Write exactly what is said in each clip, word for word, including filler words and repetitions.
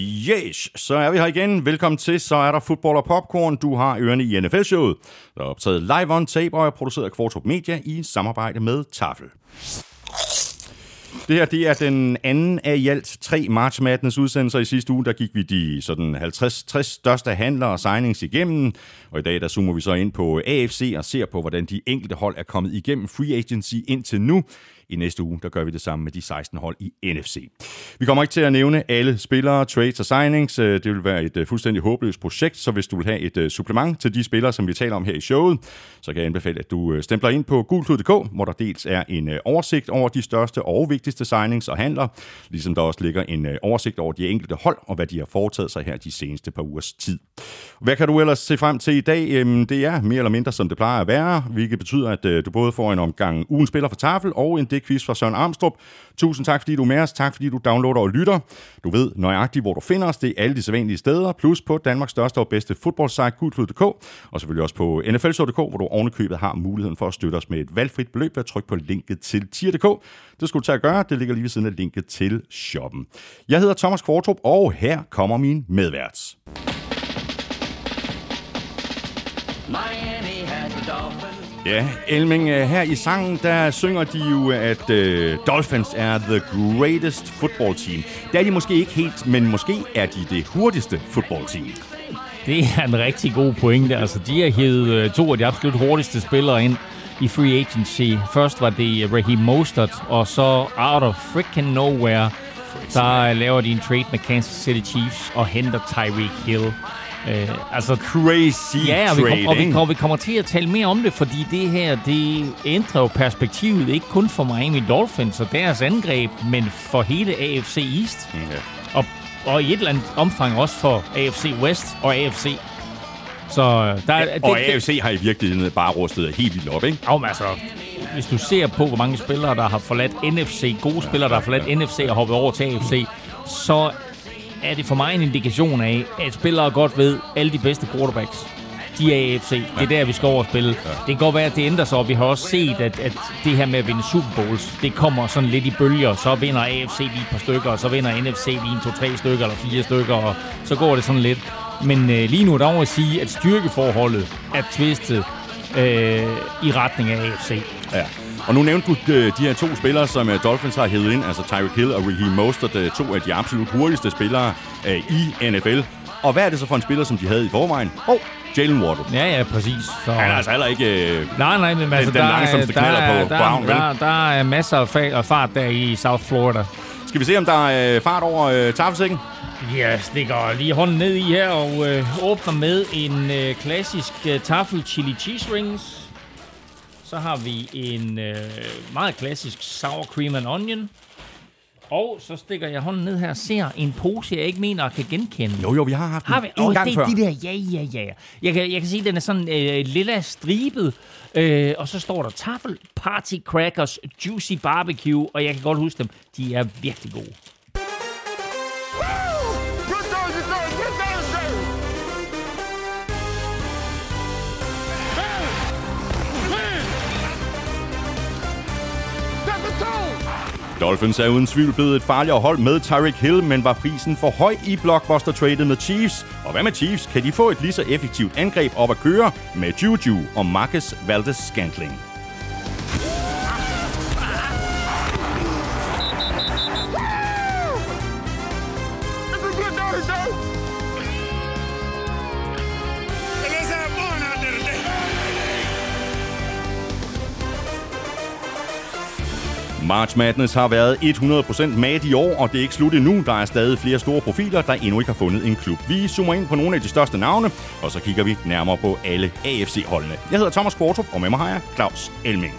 Yes, så er vi her igen. Velkommen til, så er der fodbold og popcorn. Du har ørerne i N F L-showet, der er optaget live on tape og er produceret af Kvartrup Media i samarbejde med Tafel. Det her, det er den anden af i alt tre March Madness udsendelser. I sidste uge, der gik vi de sådan halvtreds tres største handler og signings igennem. Og i dag, der zoomer vi så ind på A F C og ser på, hvordan de enkelte hold er kommet igennem free agency indtil nu. I næste uge, der gør vi det samme med de seksten hold i N F C. Vi kommer ikke til at nævne alle spillere, trades og signings. Det vil være et fuldstændig håbløst projekt, så hvis du vil have et supplement til de spillere, som vi taler om her i showet, så kan jeg anbefale, at du stempler ind på gulklud punktum d k, hvor der dels er en oversigt over de største og vigtigste signings og handler, ligesom der også ligger en oversigt over de enkelte hold og hvad de har foretaget sig her de seneste par ugers tid. Hvad kan du ellers se frem til i dag? Det er mere eller mindre, som det plejer at være, hvilket betyder, at du både får en omgang ugen spiller for Tafel og en quiz fra Søren Armstrong. Tusind tak, fordi du er med os. Tak, fordi du downloader og lytter. Du ved nøjagtigt, hvor du finder os. Det er alle de sædvanlige steder, plus på Danmarks største og bedste fodboldsite, gulklud punktum d k, og selvfølgelig også på N F L show punktum d k, hvor du ovenikøbet har muligheden for at støtte os med et valgfrit beløb ved at trykke på linket til tier punktum d k. Det skulle du tage at gøre. Det ligger lige ved siden af linket til shoppen. Jeg hedder Thomas Kvartrup, og her kommer min medvært. Ja, Elming, her i sangen, der synger de jo, at uh, Dolphins er the greatest football team. Det er de måske ikke helt, men måske er de det hurtigste football team. Det er en rigtig god pointe. Altså, de har hævet uh, to af de absolut hurtigste spillere ind i free agency. Først var det Raheem Mostert, og så out of freaking nowhere, der laver de en trade med Kansas City Chiefs og henter Tyreek Hill. Uh, altså crazy ja, og trade, vi, kom, og vi, kom, vi kommer til at tale mere om det, fordi det her, det ændrer jo perspektivet, ikke kun for Miami Dolphins og deres angreb, men for hele A F C East. Okay. Og, og i et eller andet omfang også for A F C West og A F C. Så der, ja, det, og A F C har i virkeligheden bare rustet helt vildt op, ikke? Jo, altså, hvis du ser på, hvor mange spillere, der har forladt N F C, gode ja, spillere, der har forladt ja. N F C og hoppet over til A F C, så er det for mig en indikation af, at spillere godt ved, alle de bedste quarterbacks, de er A F C. Det er der, vi skal over og spille. Ja. Det kan godt være, at det ændrer sig, og vi har også set, at, at det her med at vinde Super Bowls, det kommer sådan lidt i bølger. Så vinder A F C lige et par stykker, og så vinder N F C lige en, to, tre stykker eller fire stykker, og så går det sådan lidt. Men øh, lige nu er der over at sige, at styrkeforholdet er twistet øh, i retning af A F C. Ja. Og nu nævnte du de, de her to spillere, som Dolphins har hævet ind, altså Tyreek Hill og Raheem Mostert, to af de absolut hurtigste spillere i N F L. Og hvad er det så for en spiller, som de havde i forvejen? Åh, oh, Jalen Waddle. Ja, ja, præcis. Så... Han er altså heller ikke øh, nej, nej, men altså, den, den langsomste knaller på Brown, vel? Der, der er masser af, fa- af fart der i South Florida. Skal vi se, om der er øh, fart over øh, taffelsækken? Jeg stikker lige hånden ned i her og øh, åbner med en øh, klassisk øh, taffel chili cheese rings. Så har vi en øh, meget klassisk sour cream and onion. Og så stikker jeg hånden ned her og ser en pose, jeg ikke mener, jeg kan genkende. Jo, jo, vi har haft har vi? en oh, gang det, før. De der, ja, ja, ja. Jeg kan, jeg kan se, at den er sådan øh, lilla stribet. Øh, og så står der Taffel Party Crackers Juicy Barbecue. Og jeg kan godt huske dem. De er virkelig gode. Dolphins er uden tvivl blevet et farligere hold med Tyreek Hill, men var prisen for høj i blockbuster-tradet med Chiefs? Og hvad med Chiefs? Kan de få et lige så effektivt angreb op at køre med Juju og Marcus Valdes-Scantling? March Madness har været hundrede procent mad i år, og det er ikke slut endnu. Der er stadig flere store profiler, der endnu ikke har fundet en klub. Vi zoomer ind på nogle af de største navne, og så kigger vi nærmere på alle A F C-holdene. Jeg hedder Thomas Kvartrup, og med mig har jeg Claus Elming.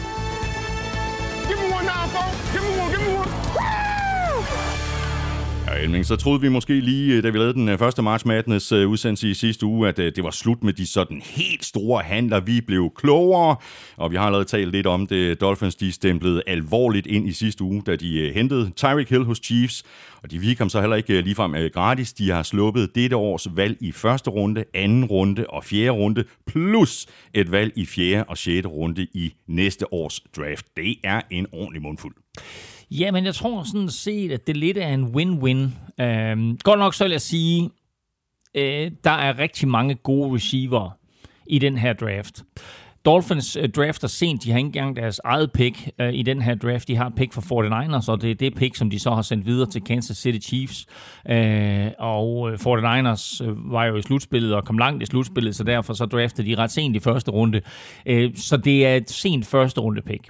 Ja, Elming, så troede vi måske lige, da vi lavede den første March Madness udsendelse i sidste uge, at det var slut med de sådan helt store handler. Vi blev klogere, og vi har allerede talt lidt om det. Dolphins, de stemplede alvorligt ind i sidste uge, da de hentede Tyreek Hill hos Chiefs. Og de vi kom så heller ikke ligefrem gratis. De har sluppet dette års valg i første runde, anden runde og fjerde runde, plus et valg i fjerde og sjette runde i næste års draft. Det er en ordentlig mundfuld. Ja, men jeg tror sådan set, at det lidt er en win-win. Uh, godt nok så vil jeg sige, uh, der er rigtig mange gode receiver i den her draft. Dolphins uh, drafter sent, de har ikke engang deres eget pick uh, i den her draft. De har et pick fra forty-niners, og det er det pick, som de så har sendt videre til Kansas City Chiefs. Uh, og uh, forty-niners uh, var jo i slutspillet og kom langt i slutspillet, så derfor så draftede de ret sent i første runde. Uh, så det er et sent første runde pick.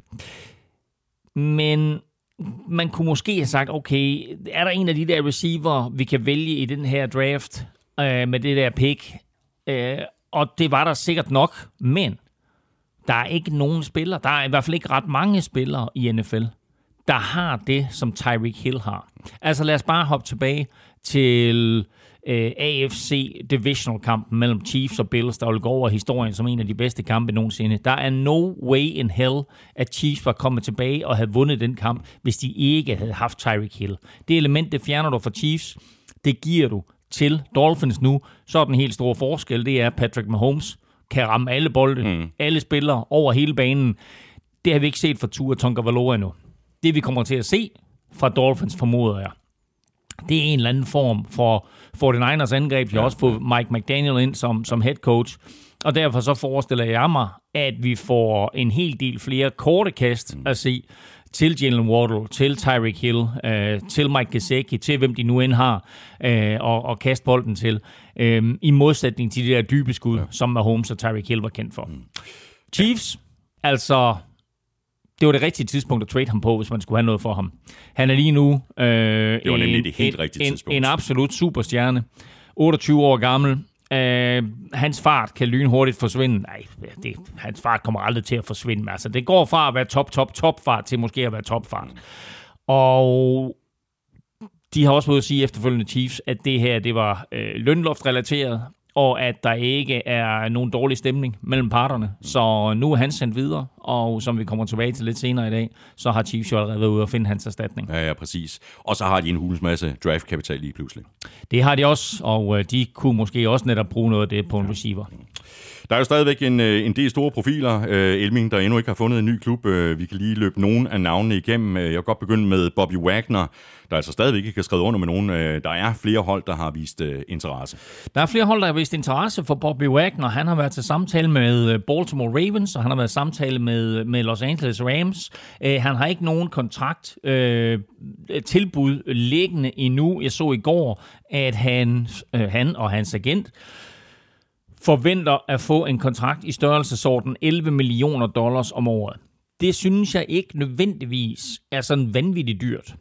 Men man kunne måske have sagt, okay, er der en af de der receiver, vi kan vælge i den her draft uh, med det der pick? Uh, og det var der sikkert nok, men der er ikke nogen spillere, der er i hvert fald ikke ret mange spillere i N F L, der har det, som Tyreek Hill har. Altså lad os bare hoppe tilbage til øh, A F C Divisional-kampen mellem Chiefs og Bills, der vil gå over historien som en af de bedste kampe nogensinde. Der er no way in hell, at Chiefs var kommet tilbage og havde vundet den kamp, hvis de ikke havde haft Tyreek Hill. Det element, det fjerner du fra Chiefs, det giver du til Dolphins nu. Så er den helt store forskel, det er Patrick Mahomes kan ramme alle bolde, mm. alle spillere over hele banen. Det har vi ikke set fra Tua Tagovailoa endnu. Det vi kommer til at se fra Dolphins, formoder jeg, det er en eller anden form for forty-niners angreb. Vi har også fået Mike McDaniel ind som, som head coach. Og derfor så forestiller jeg mig, at vi får en hel del flere korte kast at se til Jalen Waddle, til Tyreek Hill, øh, til Mike Gesicki, til hvem de nu end har, øh, og, og kaste bolden til, øh, i modsætning til de der dybe skud, ja. som Mahomes og Tyreek Hill var kendt for. Mm. Chiefs, altså, det var det rigtige tidspunkt at trade ham på, hvis man skulle have noget for ham. Han er lige nu øh, det var nemlig en, det helt rigtige en, tidspunkt. en absolut superstjerne, otteogtyve år gammel. Uh, hans fart kan lynhurtigt forsvinde. Nej, det, hans fart kommer aldrig til at forsvinde. Altså, det går fra at være top, top, top fart til måske at være topfart. Og de har også fået at sige efterfølgende Chiefs, at det her det var øh, lønloftrelateret, og at der ikke er nogen dårlig stemning mellem parterne. Så nu er han sendt videre, og som vi kommer tilbage til lidt senere i dag, så har Chiefs jo allerede været ude og finde hans erstatning. Ja, ja, præcis. Og så har de en hulens masse draftkapital lige pludselig. Det har de også, og de kunne måske også netop bruge noget af det på en receiver. Der er jo stadigvæk en, en del store profiler, øh, Elming, der endnu ikke har fundet en ny klub. Vi kan lige løbe nogle af navnene igennem. Jeg vil godt begynde med Bobby Wagner, der altså stadigvæk ikke har skrevet under med nogen. Der er flere hold, der har vist øh, interesse. Der er flere hold, der har vist interesse for Bobby Wagner. Han har været til samtale med Baltimore Ravens, og han har været til samtale med, med Los Angeles Rams. Uh, han har ikke nogen kontrakt uh, tilbud liggende endnu. Jeg så i går, at han, uh, han og hans agent forventer at få en kontrakt i størrelsesorden elleve millioner dollars om året. Det synes jeg ikke nødvendigvis er sådan vanvittigt dyrt.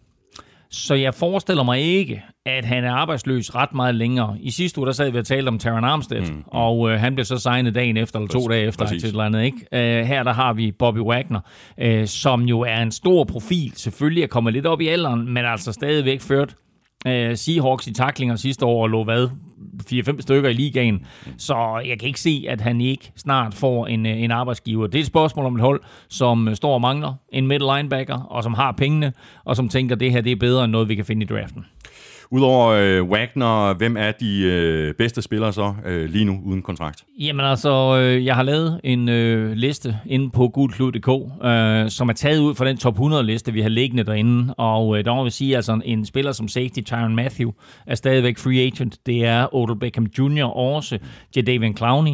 Så jeg forestiller mig ikke, at han er arbejdsløs ret meget længere. I sidste uge, der sad vi og talte om Terron Armstead, mm, mm. og øh, han blev så signet dagen efter, eller to Præcis. dage efter, til et eller andet, ikke? Øh, her der har vi Bobby Wagner, øh, som jo er en stor profil. Selvfølgelig er kommet lidt op i alderen, men altså stadigvæk ført øh, Seahawks i tacklinger sidste år, og lå hvad? fire fem stykker i ligaen, så jeg kan ikke se, at han ikke snart får en, en arbejdsgiver. Det er et spørgsmål om et hold, som står og mangler en middle linebacker, og som har pengene, og som tænker, at det her det er bedre end noget, vi kan finde i draften. Udover øh, Wagner, hvem er de øh, bedste spillere så øh, lige nu uden kontrakt? Jamen altså, øh, jeg har lavet en øh, liste inde på gulklud punktum d k, øh, som er taget ud fra den top hundrede-liste, vi har liggende derinde. Og øh, der må vi sige, altså en, en spiller som safety, Tyrann Mathieu, er stadigvæk free agent. Det er Odell Beckham junior også, Jadeveon Clowney.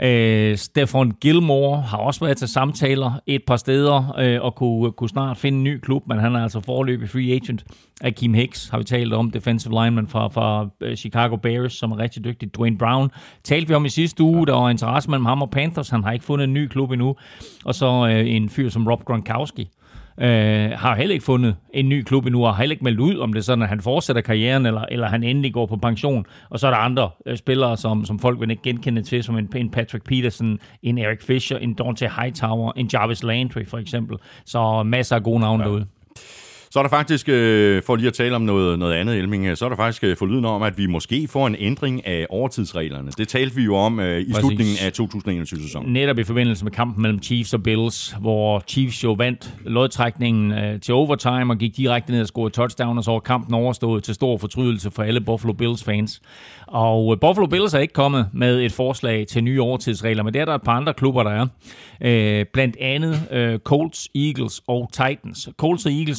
Øh, Stephon Gilmore har også været til samtaler et par steder, øh, og kunne, kunne snart finde en ny klub, men han er altså foreløbig free agent. Akeem Hicks har vi talt om, defensive lineman fra, fra Chicago Bears, som er rigtig dygtig. Dwayne Brown talte vi om i sidste uge, der var interesse mellem ham og Panthers. Han har ikke fundet en ny klub endnu. Og så øh, en fyr som Rob Gronkowski øh, har heller ikke fundet en ny klub endnu, og har heller ikke meldt ud, om det er sådan, at han fortsætter karrieren, eller, eller han endelig går på pension. Og så er der andre øh, spillere, som, som folk vil ikke genkende til, som en, en Patrick Peterson, en Eric Fisher, en Dante Hightower, en Jarvis Landry for eksempel. Så masser af gode navne ja. derude. Så er der faktisk, øh, for lige at tale om noget, noget andet, Elming, så er der faktisk øh, forlyden om, at vi måske får en ændring af overtidsreglerne. Det talte vi jo om øh, i Præcis. slutningen af to tusind og enogtyve-sæsonen. Netop i forbindelse med kampen mellem Chiefs og Bills, hvor Chiefs jo vandt lodtrækningen øh, til overtime og gik direkte ned og scorede touchdown, og så var kampen overstået til stor fortrydelse for alle Buffalo Bills-fans. Og øh, Buffalo Bills er ikke kommet med et forslag til nye overtidsregler, men det er der et par andre klubber, der er. Øh, blandt andet øh, Colts, Eagles og Titans. Colts og Eagles forslag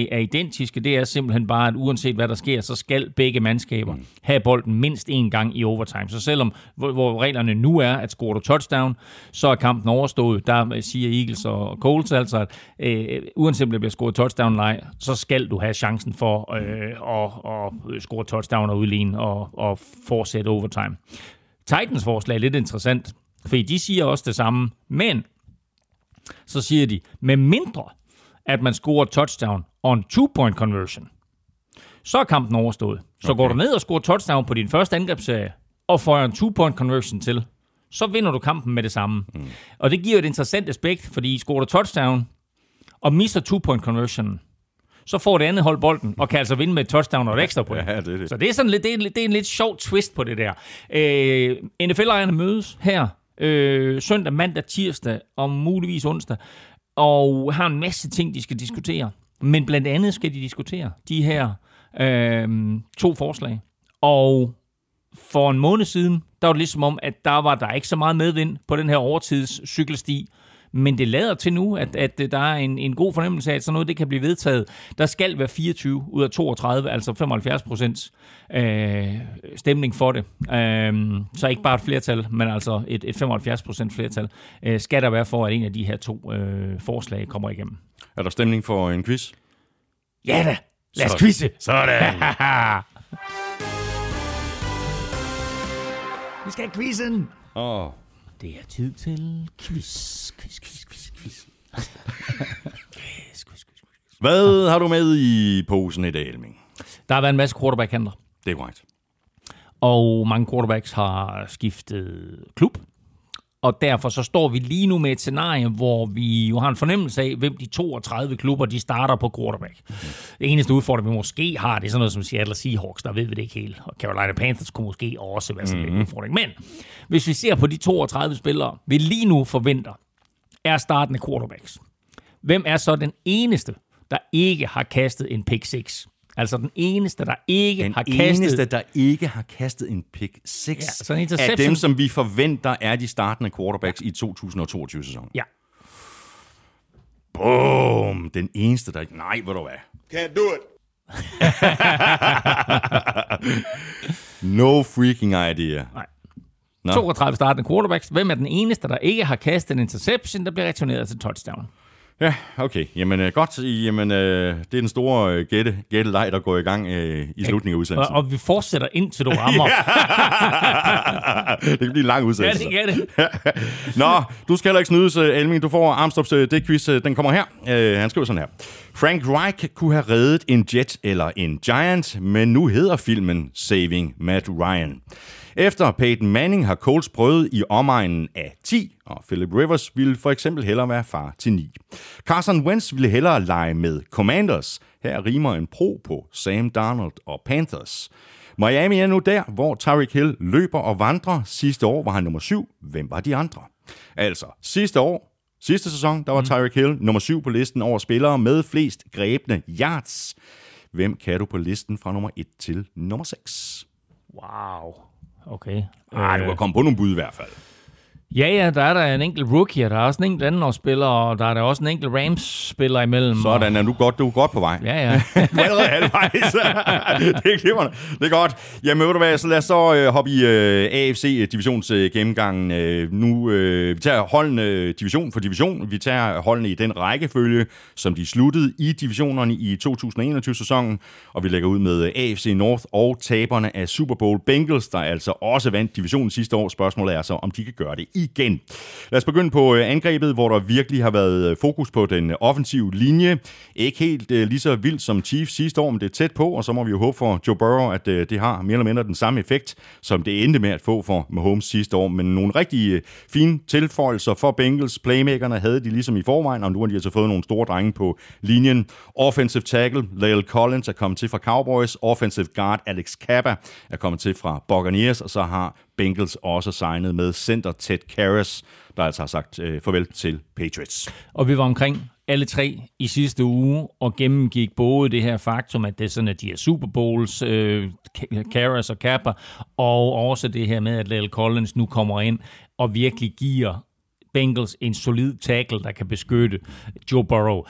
forslag er identiske. Det er simpelthen bare, at uanset hvad der sker, så skal begge mandskaber mm. have bolden mindst én gang i overtime. Så selvom, hvor, hvor reglerne nu er, at scorer du touchdown, så er kampen overstået. Der siger Eagles og Colts altså, at øh, uanset om det bliver scoret touchdown eller ej, så skal du have chancen for øh, at, at score touchdown og udligne og, og fortsætte overtime. Titans forslag er lidt interessant, for de siger også det samme, men så siger de, med mindre at man scorer touchdown on two-point conversion, så er kampen overstået. Så okay. Går du ned og scorer touchdown på din første angrebsserie, og får en two-point conversion til, så vinder du kampen med det samme. Mm. Og det giver et interessant aspekt, fordi scorer du touchdown og mister two-point conversion, så får det andet hold bolden, og kan altså vinde med et touchdown og et ekstra point. Ja, det er det. Så det er, sådan lidt, det, er, det er en lidt sjov twist på det der. Øh, N F L-ejerne mødes her øh, søndag, mandag, tirsdag og muligvis onsdag, og har en masse ting, de skal diskutere. Men blandt andet skal de diskutere de her øh, to forslag. Og for en måned siden, der var det ligesom om, at der var der ikke så meget medvind på den her overtidscykelsti. Men det lader til nu, at, at der er en, en god fornemmelse af, at sådan noget det kan blive vedtaget. Der skal være fireogtyve ud af toogtredive, altså femoghalvfjerds procent øh, stemning for det. Øh, så ikke bare et flertal, men altså et, et femoghalvfjerds procent flertal øh, skal der være for, at en af de her to øh, forslag kommer igennem. Er der stemning for en quiz? Ja da! Lad os quizze! Sådan! Vi skal have quizzen! Åh... Oh. Det er tid til quiz, quiz, quiz, quiz, quiz. quiz, quiz, quiz, quiz. Hvad har du med i posen i dag, Elming? Der har været en masse quarterback-handler. Det er korrekt. Og mange quarterbacks har skiftet klub. Og derfor så står vi lige nu med et scenarie, hvor vi jo har en fornemmelse af, hvem de toogtredive klubber, de starter på quarterback. Mm. Det eneste udfordring, vi måske har, det er sådan noget som Seattle Seahawks, der ved vi det ikke helt. Og Carolina Panthers kunne måske også være sådan mm. en udfordring. Men hvis vi ser på de toogtredive spillere, vi lige nu forventer, er startende quarterbacks. Hvem er så den eneste, der ikke har kastet en pick six? Altså den eneste, der ikke den har kastet... Den eneste, der ikke har kastet en pick six, ja, er dem, som vi forventer er de startende quarterbacks i to tusind og toogtyve-sæsonen. Ja. Boom! Den eneste, der ikke... Nej, hvor du er. Can't do it. No freaking idea. Nej. No. toogtredive startende quarterbacks. Hvem er den eneste, der ikke har kastet en interception, der bliver returneret til touchdown? Ja, okay. Jamen uh, godt. Jamen, uh, det er den store uh, gætte, gætteleg, der går i gang uh, i slutningen af udsendelsen. Og, og vi fortsætter indtil du rammer. Det kan blive en lang udsendelse. Ja, det kan det. Nå, du skal heller ikke snydes, Elming. Du får Armstrongs uh, det quiz. Uh, den kommer her. Uh, han skriver sådan her. Frank Reich kunne have reddet en Jet eller en Giant, men nu hedder filmen Saving Matt Ryan. Efter Peyton Manning har Colts prøvet i omegnen af ti, og Philip Rivers ville for eksempel hellere være far til ni. Carson Wentz ville hellere lege med Commanders. Her rimer en pro på Sam Darnold og Panthers. Miami er nu der, hvor Tyreek Hill løber og vandrer. Sidste år var han nummer syv. Hvem var de andre? Altså, sidste år, sidste sæson, der var Tyreek Hill nummer syv på listen over spillere med flest grebne yards. Hvem kan du på listen fra nummer et til nummer seks? Wow. Okay. Ah, du kan komme på nogle bud i hvert fald. Ja, ja, der er der en enkelt rookie, og der er også en enkelt anden spiller, og der er der også en enkelt Rams-spiller imellem. Sådan, er du godt, du er godt på vej. Ja, ja. Du er allerede halvvejs. Det er klipperne. Det er godt. Jamen, ved du hvad, så lad os så øh, hoppe i øh, A F C-divisionsgennemgangen. Øh, nu, øh, vi tager holdene division for division. Vi tager holdene i den rækkefølge, som de sluttede i divisionerne i to tusind og enogtyve-sæsonen, og vi lægger ud med A F C North og taberne af Super Bowl Bengals, der altså også vandt divisionen sidste år. Spørgsmålet er så, om de kan gøre det igen. Lad os begynde på angrebet, hvor der virkelig har været fokus på den offensive linje. Ikke helt uh, lige så vildt som Chiefs sidste år, men det er tæt på, og så må vi jo håbe for Joe Burrow, at uh, det har mere eller mindre den samme effekt, som det endte med at få for Mahomes sidste år. Men nogle rigtig uh, fine tilføjelser for Bengals. Playmakerne havde de ligesom i forvejen, og nu har de altså fået nogle store drenge på linjen. Offensive tackle, La'el Collins er kommet til fra Cowboys. Offensive guard, Alex Cappa er kommet til fra Buccaneers, og så har Bengals også signet med center Ted Karras, der altså har sagt øh, farvel til Patriots. Og vi var omkring alle tre i sidste uge og gennemgik både det her faktum, at det er sådan, at de her Super Bowls, øh, Karras og Kappa, og også det her med, at La'el Collins nu kommer ind og virkelig giver Bengals en solid tackle, der kan beskytte Joe Burrow.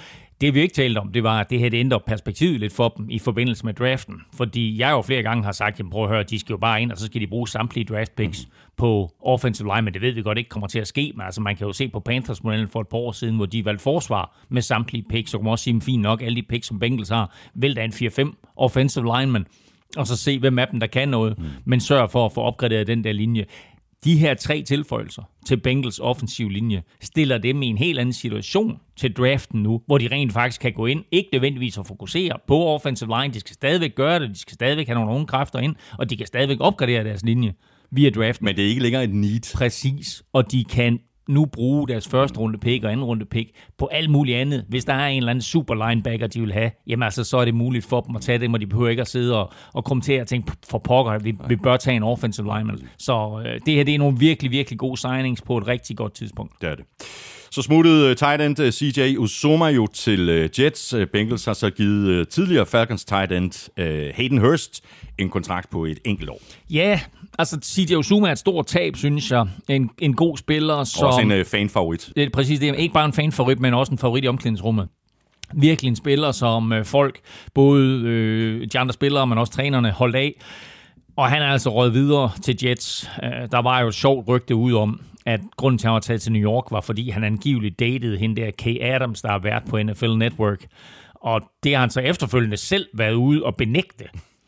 Det vi ikke talte om, det var, at det her det ændrer perspektivet lidt for dem i forbindelse med draften. Fordi jeg jo flere gange har sagt, jamen prøv at høre, de skal jo bare ind, og så skal de bruge samtlige draft picks mm. på offensive line, men det ved vi godt ikke kommer til at ske. Men altså, man kan jo se på Panthers-modellen for et par år siden, hvor de valgte forsvar med samtlige picks, så kan man også sige, fint nok, alle de picks, som Bengals har, vælter en fire fem offensive linemen, og så se, hvem af dem, der kan noget, mm. men sørg for at få opgraderet den der linje. De her tre tilføjelser til Bengals offensiv linje stiller dem i en helt anden situation til draften nu, hvor de rent faktisk kan gå ind, ikke nødvendigvis at fokusere på offensive line. De skal stadigvæk gøre det, de skal stadigvæk have nogle unge kræfter ind, og de kan stadigvæk opgradere deres linje via draften. Men det er ikke længere et need. Præcis, og de kan nu bruge deres første runde pick og anden runde pick på alt muligt andet. Hvis der er en eller anden super linebacker, de vil have, jamen altså, så er det muligt for dem at tage dem, og de behøver ikke at sidde og, og kommentere og tænke, for pokker, vi, vi bør tage en offensive lineman. Så øh, det her, det er nogle virkelig, virkelig gode signings på et rigtig godt tidspunkt. Det er det. Så smuttede tight end C J Uzomah jo til Jets. Bengals har så givet tidligere Falcons tight end Hayden Hurst en kontrakt på et enkelt år. Ja, altså C J Uzomah er et stort tab, synes jeg. En, en god spiller. Som, også en uh, fanfavorit. Det er præcis det. Ikke bare en fanfavorit, men også en favorit i omklædningsrummet. Virkelig en spiller, som øh, folk, både øh, de andre spillere, men også trænerne, holdt af. Og han er altså røget videre til Jets. Uh, der var jo et sjovt rygte ud om, at grunden til, at han var taget til New York, var, fordi han angiveligt datede hende der Kay Adams, der har været på N F L Network. Og det har han så efterfølgende selv været ude og benægte.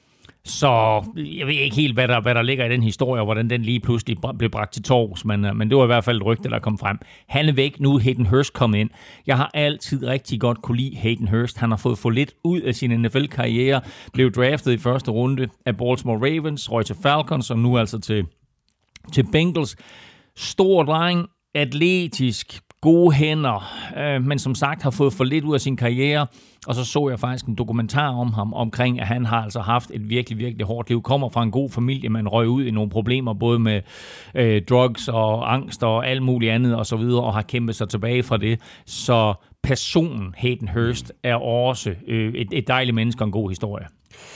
Så jeg ved ikke helt, hvad der, hvad der ligger i den historie, og hvordan den lige pludselig blev bragt til torvs, men, men det var i hvert fald et rygte, der kom frem. Han er væk nu, Hayden Hurst kom ind. Jeg har altid rigtig godt kunne lide Hayden Hurst. Han har fået for lidt ud af sin N F L-karriere, blev draftet i første runde af Baltimore Ravens, røg til Falcons, og nu altså til, til Bengals. Stor dreng, atletisk, gode hænder, øh, men som sagt har fået for lidt ud af sin karriere. Og så så jeg faktisk en dokumentar om ham, omkring at han har altså haft et virkelig, virkelig hårdt liv. Kommer fra en god familie, men røg ud i nogle problemer, både med øh, drugs og angst og alt muligt andet og så videre, og har kæmpet sig tilbage fra det. Så personen Hayden Hurst er også øh, et, et dejligt menneske og en god historie.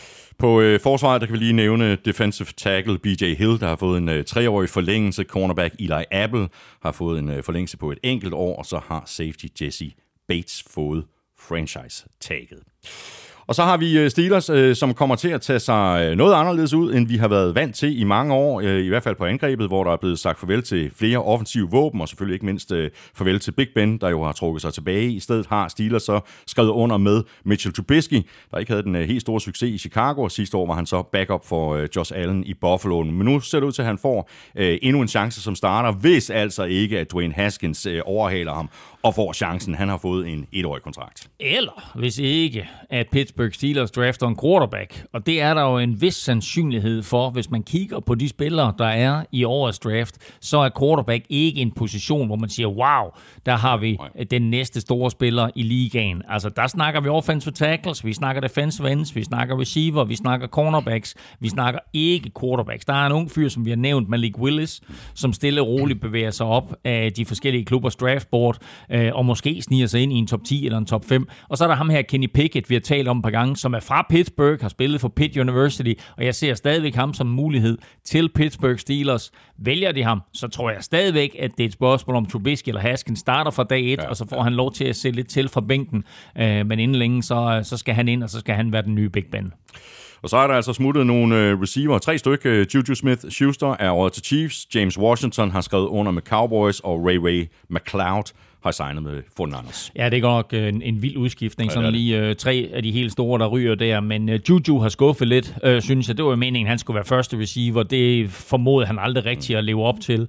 På øh, forsvaret, der kan vi lige nævne defensive tackle B J Hill, der har fået en øh, treårig forlængelse. Cornerback Eli Apple har fået en øh, forlængelse på et enkelt år, og så har safety Jesse Bates fået franchise-tagget. Og så har vi Steelers, som kommer til at tage sig noget anderledes ud, end vi har været vant til i mange år, i hvert fald på angrebet, hvor der er blevet sagt farvel til flere offensive våben, og selvfølgelig ikke mindst farvel til Big Ben, der jo har trukket sig tilbage. I stedet har Steelers så skrevet under med Mitchell Trubisky, der ikke havde den helt store succes i Chicago. Sidste år var han så backup for Josh Allen i Buffalo. Men nu ser det ud til, at han får endnu en chance som starter, hvis altså ikke, at Dwayne Haskins overhaler ham og får chancen. Han har fået en etårig kontrakt. Eller hvis ikke, at Pittsburgh Steelers drafter en quarterback. Og det er der jo en vis sandsynlighed for, hvis man kigger på de spillere, der er i årets draft, så er quarterback ikke en position, hvor man siger, wow, der har vi Nej. den næste store spiller i ligaen. Altså, der snakker vi offensive tackles, vi snakker defensive ends, vi snakker receiver, vi snakker cornerbacks, vi snakker ikke quarterbacks. Der er en ung fyr, som vi har nævnt, Malik Willis, som stille og roligt bevæger sig op af de forskellige klubbers draftboard, og måske sniger sig ind i en top ti eller en top fem. Og så er der ham her, Kenny Pickett, vi har talt om et par gange, som er fra Pittsburgh, har spillet for Pitt University, og jeg ser stadigvæk ham som mulighed til Pittsburgh Steelers. Vælger de ham, så tror jeg stadigvæk, at det er et spørgsmål om Trubisky eller Haskins starter fra dag et, ja, og så får ja. han lov til at se lidt til fra bænken. Men inden længe, så, så skal han ind, og så skal han være den nye Big Ben. Og så er der altså smuttet nogle receiver, tre stykker. Juju Smith-Schuster er over til Chiefs. James Washington har skrevet under med Cowboys, og Ray Ray McCloud har signet med forty-niners. Ja, det er godt nok en, en vild udskiftning. Ja, sådan lige uh, tre af de helt store, der ryger der. Men uh, Juju har skuffet lidt, uh, synes jeg. Det var jo meningen, han skulle være første receiver. Det formodede han aldrig rigtigt at leve op til.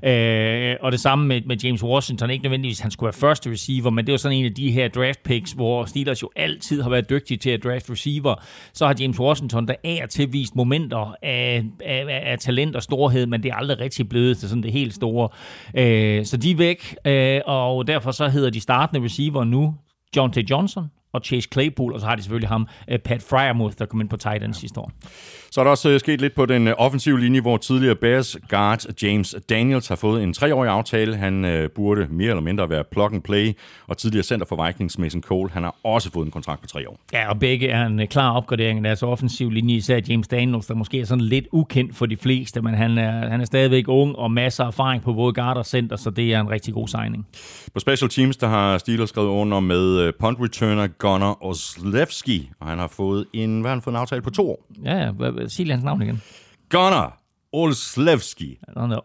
Uh, og det samme med, med James Washington. Ikke nødvendigvis, han skulle være første receiver, men det var sådan en af de her draft picks, hvor Steelers jo altid har været dygtige til at draft receiver. Så har James Washington, der er til vist momenter af, af, af talent og storhed, men det er aldrig rigtig blevet til sådan det helt store. Uh, så de er væk, uh, og derfor så hedder de startende receiver nu Jonte Johnson og Chase Claypool, og så har de selvfølgelig ham, Pat Freiermuth, der kom ind på tight end sidste år. Så er der også sket lidt på den offensive linje, hvor tidligere Bears guard James Daniels har fået en treårig aftale. Han øh, burde mere eller mindre være plug and play, og tidligere center for Vikings Mason Cole, han har også fået en kontrakt på tre år. Ja, og begge er en klar opgradering af deres offensive linje, især James Daniels, der måske er sådan lidt ukendt for de fleste, men han er, han er stadigvæk ung og masser af erfaring på både guard og center, så det er en rigtig god signing. På special teams, der har Steelers skrevet under med punt returner Gunnar Olszewski, og han har fået en, hvad har han fået en aftale på to år? Ja, ja. Sig lige hans navn igen. Gunnar Olszewski.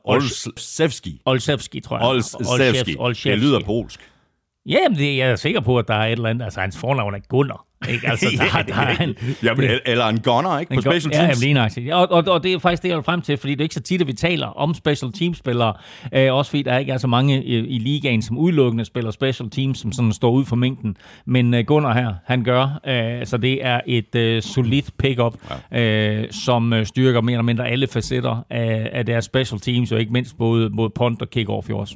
Olszewski. Olszewski, tror jeg. Olszewski. Det lyder polsk. Jamen, det er jeg sikker på, at der er et eller andet. Altså, hans fornavn er Gunnar. Ikke? Altså, der, der er en, Jamen, eller en gunner, ikke? På special teams. Ja, lige nøjagtigt. Og, og, og det er faktisk det, jeg vil frem til, fordi det er ikke så tit, at vi taler om special teams-spillere. Øh, også fordi der ikke er så mange i, i ligaen, som udelukkende spiller special teams, som sådan står ud for mængden. Men uh, Gunnar her, han gør. Øh, så det er et uh, solidt pick-up, ja. øh, som uh, styrker mere eller mindre alle facetter af, af deres special teams, og ikke mindst både, både punt og kick-off i også.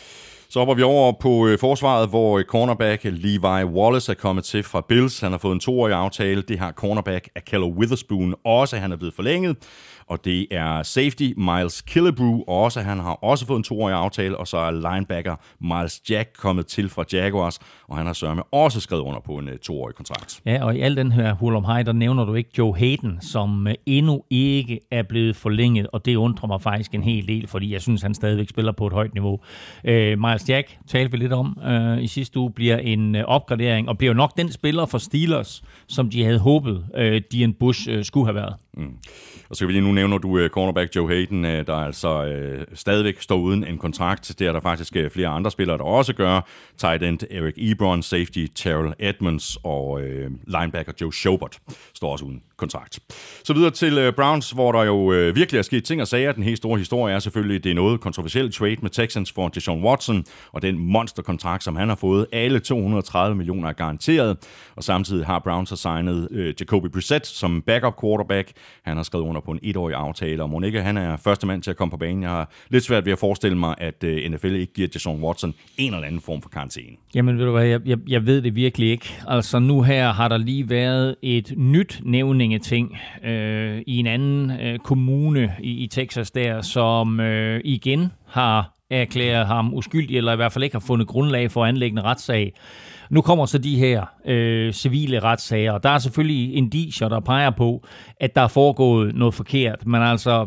Så hopper vi over på øh, forsvaret, hvor cornerback Levi Wallace er kommet til fra Bills. Han har fået en toårig aftale. Det har cornerback Ahkello Witherspoon også. Han er blevet forlænget. Og det er safety Miles Killebrew også. Han har også fået en toårig aftale. Og så er linebacker Miles Jack kommet til fra Jaguars. Og han har sørme også skrevet under på en uh, toårig kontrakt. Ja, og i al den her hul om hej, der nævner du ikke Joe Hayden, som uh, endnu ikke er blevet forlænget. Og det undrer mig faktisk en hel del, fordi jeg synes, han stadigvæk spiller på et højt niveau. Uh, Miles Jack, talte vi lidt om uh, i sidste uge, bliver en uh, opgradering. Og bliver nok den spiller for Steelers, som de havde håbet, uh, Dean Bush uh, skulle have været. Mm. Og så kan vi lige nu nævner du uh, cornerback Joe Hayden, uh, der altså uh, stadigvæk står uden en kontrakt. Det er der faktisk uh, flere andre spillere, der også gør. Tight end Eric Ebron, safety Terrell Edmonds og uh, linebacker Joe Schobert står også uden kontrakt. Så videre til uh, Browns, hvor der jo uh, virkelig er sket ting og sager. Den helt store historie er selvfølgelig, det er noget kontroversielt trade med Texans for Deshaun Watson, og den monsterkontrakt, som han har fået. Alle to hundrede og tredive millioner er garanteret, og samtidig har Browns har signet uh, Jacoby Brissett som backup quarterback. Han har skrevet under på en etårig aftale, og Monica, han er første mand til at komme på banen. Jeg har lidt svært ved at forestille mig, at uh, N F L ikke giver Deshaun Watson en eller anden form for karantæne. Jamen ved du hvad, jeg, jeg, jeg ved det virkelig ikke. Altså nu her har der lige været et nyt nævningeting øh, i en anden øh, kommune i, i Texas der, som øh, igen har erklæret ham uskyldig, eller i hvert fald ikke har fundet grundlag for at anlægge en retssag. Nu kommer så de her øh, civile retssager, og der er selvfølgelig indicier, der peger på, at der er foregået noget forkert. Men altså,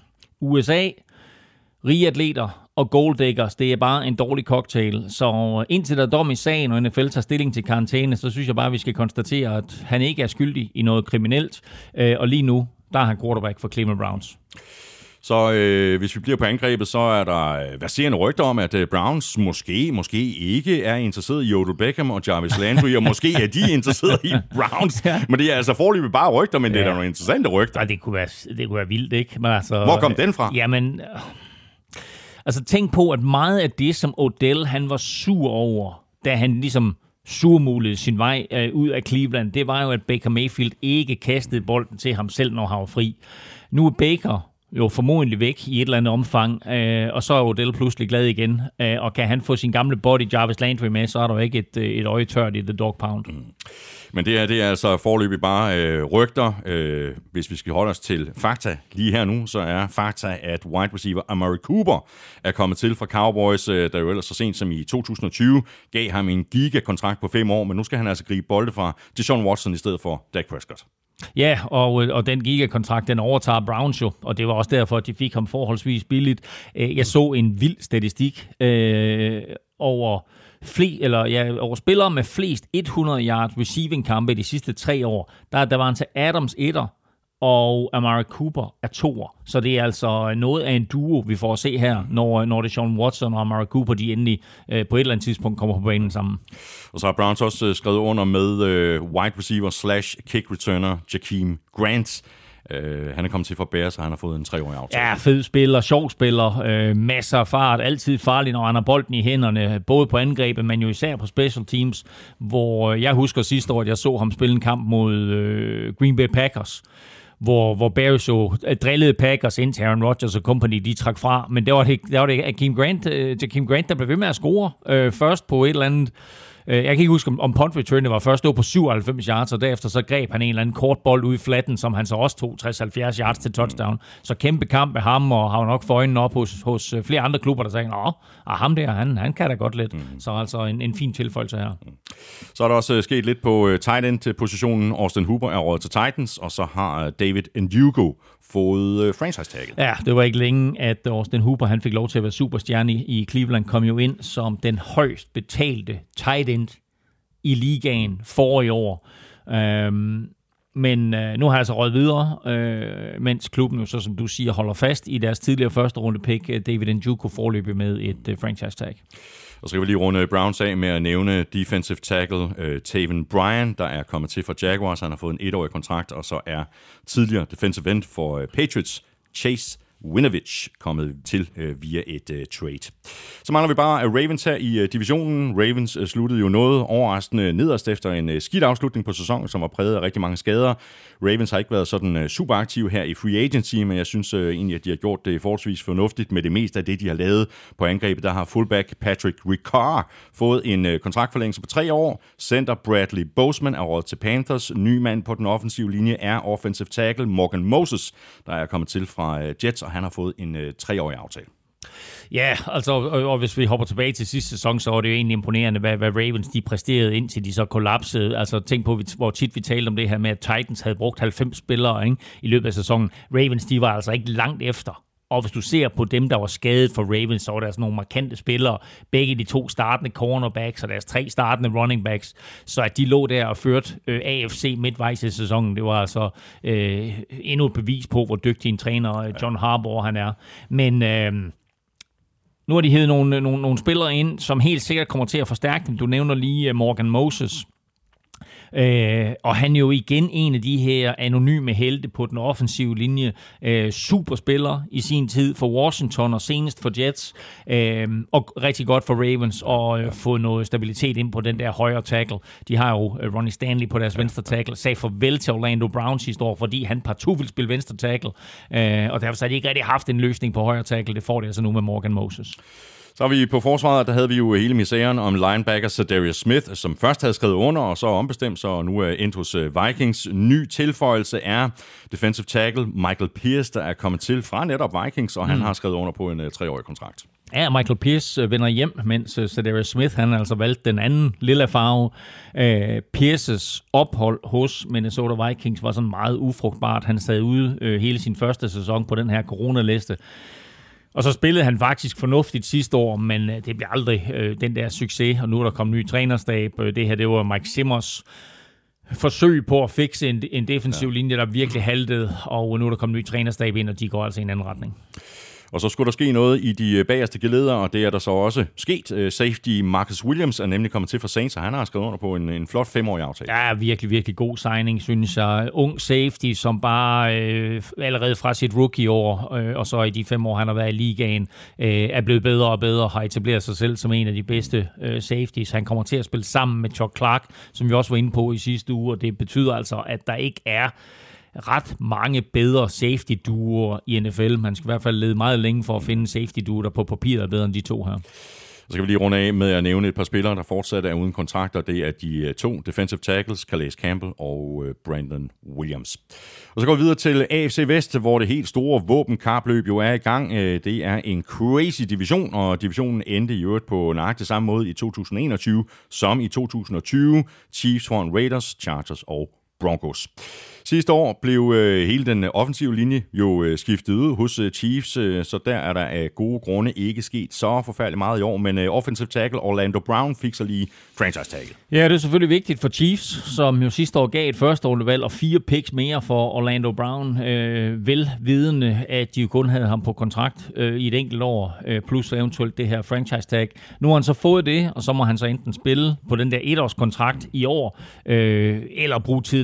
U S A, rige atleter og golddiggers, det er bare en dårlig cocktail. Så indtil der er dom i sagen, og N F L tager stilling til karantæne, så synes jeg bare, at vi skal konstatere, at han ikke er skyldig i noget kriminelt. Øh, og lige nu, der er han quarterback for Cleveland Browns. Så øh, hvis vi bliver på angrebet, så er der verserende rygter om, at øh, Browns måske, måske ikke er interesseret i Odell Beckham og Jarvis Landry, og måske er de interesseret i Browns. Ja. Men det er altså foreløbig bare rygter, men ja. Det er da nogle interessante rygter. Ja, det kunne være, det kunne være vildt, ikke? Men altså, hvor kom den fra? Jamen, øh, altså tænk på, at meget af det, som Odell han var sur over, da han ligesom surmulede sin vej øh, ud af Cleveland, det var jo, at Baker Mayfield ikke kastede bolden til ham selv, når han var fri. Nu er Baker jo formodentlig væk i et eller andet omfang, øh, og så er Odell pludselig glad igen, øh, og kan han få sin gamle body Jarvis Landry med, så er der jo ikke et, et øje tørt i The Dog Pound. Mm. Men det er, det er altså foreløbig bare øh, rygter. Øh, hvis vi skal holde os til fakta lige her nu, så er fakta, at wide receiver Amari Cooper er kommet til fra Cowboys, øh, der jo ellers så sent som i to tusind og tyve gav ham en gigakontrakt på fem år, men nu skal han altså gribe bolde fra Deshaun Watson i stedet for Dak Prescott. Ja, og, og den gigakontrakt, den overtager Browns jo, og det var også derfor, at de fik ham forholdsvis billigt. Jeg så en vild statistik øh, over, fle, eller, ja, over spillere med flest hundrede yard receiving kampe de sidste tre år. Der, der var han til Adams etter, og Amari Cooper er toer. Så det er altså noget af en duo, vi får at se her, når, når det er Deshaun Watson og Amari Cooper, de endelig øh, på et eller andet tidspunkt kommer på banen sammen. Og så har Browns også øh, skrevet under med øh, wide receiver slash kick returner Jakeem Grant. Uh, han er kommet til for Bears, og han har fået en treårig aftale. Ja, fed spiller, sjov spiller, øh, masser af fart, altid farlig, når han har bolden i hænderne, både på angrebet, men jo især på special teams, hvor jeg husker sidste år, at jeg så ham spille en kamp mod øh, Green Bay Packers, hvor, hvor Bears jo drillede Packers ind til Aaron Rodgers og company, de trak fra, men der var det, der var det Jakeem Grant, øh, Jakeem Grant, der blev ved med at score øh, først på et eller andet Jeg kan ikke huske, om punt return var først, det var på syvoghalvfems yards, og derefter så greb han en eller anden kort bold ud i flatten, som han så også tog tres til halvfjerds yards til touchdown. Så kæmpe kamp med ham, og har nok for øjnene op hos, hos flere andre klubber, der sagde, nå, og ham der, han, han kan da godt lidt. Mm. Så altså en, en fin tilføjelse her. Mm. Så er der også sket lidt på uh, tight end-positionen. Austin Hooper er råd til Titans, og så har uh, David Njoku fået uh, franchise-tagget. Ja, det var ikke længe, at Austin Hooper han fik lov til at være superstjerne i Cleveland, kom jo ind som den højst betalte tight end i ligaen for i år. Øhm, men øh, nu har jeg så røget videre, øh, mens klubben jo så, som du siger, holder fast i deres tidligere første runde pick, David Njoku forløbig med et øh, franchise-tag. Og så kan vi lige runde Browns af med at nævne defensive tackle uh, Taven Bryan, der er kommet til for Jaguars. Han har fået en etårig kontrakt, og så er tidligere defensive end for uh, Patriots Chase Winovich kommet til øh, via et øh, trade. Så mangler vi bare Ravens her i øh, divisionen. Ravens øh, sluttede jo noget overraskende nederst efter en øh, skidt afslutning på sæsonen, som var præget af rigtig mange skader. Ravens har ikke været sådan øh, super aktive her i free agency, men jeg synes øh, egentlig, at de har gjort det forholdsvis fornuftigt med det meste af det, de har lavet på angrebet. Der har fullback Patrick Ricard fået en øh, kontraktforlængelse på tre år. Center Bradley Boseman er råd til Panthers. Ny mand på den offensive linje er offensive tackle Morgan Moses, der er kommet til fra øh, Jets, og han har fået en øh, treårig aftale. Ja, altså, og, og hvis vi hopper tilbage til sidste sæson, så var det jo egentlig imponerende, hvad, hvad Ravens de præsterede, indtil de så kollapsede. Altså, tænk på, hvor tit vi talte om det her med, at Titans havde brugt halvfems spillere, ikke, i løbet af sæsonen. Ravens, de var altså ikke langt efter. Og hvis du ser på dem, der var skadet for Ravens, så var der sådan nogle markante spillere. Begge de to startende cornerbacks og deres tre startende running backs. Så at de lå der og førte øh, A F C midtvejs i sæsonen, det var altså øh, endnu et bevis på, hvor dygtig en træner John Harbaugh han er. Men øh, nu har de hævet nogle, nogle, nogle spillere ind, som helt sikkert kommer til at forstærke dem. Du nævner lige Morgan Moses. Øh, og han er jo igen en af de her anonyme helte på den offensive linje. Øh, superspiller i sin tid for Washington og senest for Jets. Øh, og rigtig godt for Ravens at øh, få noget stabilitet ind på den der højre tackle. De har jo øh, Ronnie Stanley på deres venstre tackle. Sagde farvel til Orlando Brown sidste år, fordi han partout vil spille venstre tackle. Øh, og derfor har de ikke rigtig haft en løsning på højre tackle. Det får de altså nu med Morgan Moses. Så er vi på forsvaret, der havde vi jo hele misæren om linebacker Za'Darius Smith, som først havde skrevet under, og så ombestemt sig, og nu er endt hos Vikings. Ny tilføjelse er defensive tackle Michael Pierce, der er kommet til fra netop Vikings, og han mm. har skrevet under på en uh, treårig kontrakt. Ja, Michael Pierce vender hjem, mens Za'Darius Smith, han har altså valgt den anden lille farve. Uh, Pierces ophold hos Minnesota Vikings var sådan meget ufrugtbart. Han sad ude uh, hele sin første sæson på den her coronaliste. Og så spillede han faktisk fornuftigt sidste år, men det blev aldrig øh, den der succes, og nu er der kommet ny trænerstab. Det her, det var Mike Simmers forsøg på at fikse en, en defensiv ja. linje, der virkelig haltede, og nu er der kommet ny trænerstab ind, og de går altså i en anden retning. Og så skulle der ske noget i de bagerste geleder, og det er der så også sket. Safety Marcus Williams er nemlig kommet til for Saints, og han har skrevet under på en, en flot femårig aftale. Ja, virkelig, virkelig god signing, synes jeg. Ung safety, som bare øh, allerede fra sit rookie-år, øh, og så i de fem år, han har været i ligaen, øh, er blevet bedre og bedre, har etableret sig selv som en af de bedste øh, safeties. Han kommer til at spille sammen med Chuck Clark, som vi også var inde på i sidste uge, og det betyder altså, at der ikke er ret mange bedre safety-duoer i N F L. Man skal i hvert fald lede meget længe for at finde safety-duoer, der på papiret er bedre end de to her. Så kan vi lige runde af med at nævne et par spillere, der fortsat er uden kontrakter. Det er de to defensive tackles, Calais Campbell og Brandon Williams. Og så går vi videre til A F C Vest, hvor det helt store våbenkapløb jo er i gang. Det er en crazy division, og divisionen endte i øvrigt på nøjagtig samme måde i to tusind og enogtyve som i to tusind og tyve. Chiefs foran Raiders, Chargers og Broncos. Sidste år blev øh, hele den offensive linje jo øh, skiftet ud hos øh, Chiefs, øh, så der er der af gode grunde ikke sket så forfærdeligt meget i år, men øh, offensive tackle Orlando Brown fik så lige franchise tackle. Ja, det er selvfølgelig vigtigt for Chiefs, som jo sidste år gav et første rundevalg og fire picks mere for Orlando Brown, øh, velvidende, at de jo kun havde ham på kontrakt øh, i et enkelt år, øh, plus eventuelt det her franchise tag. Nu har han så fået det, og så må han så enten spille på den der etårs kontrakt i år, øh, eller bruge tiden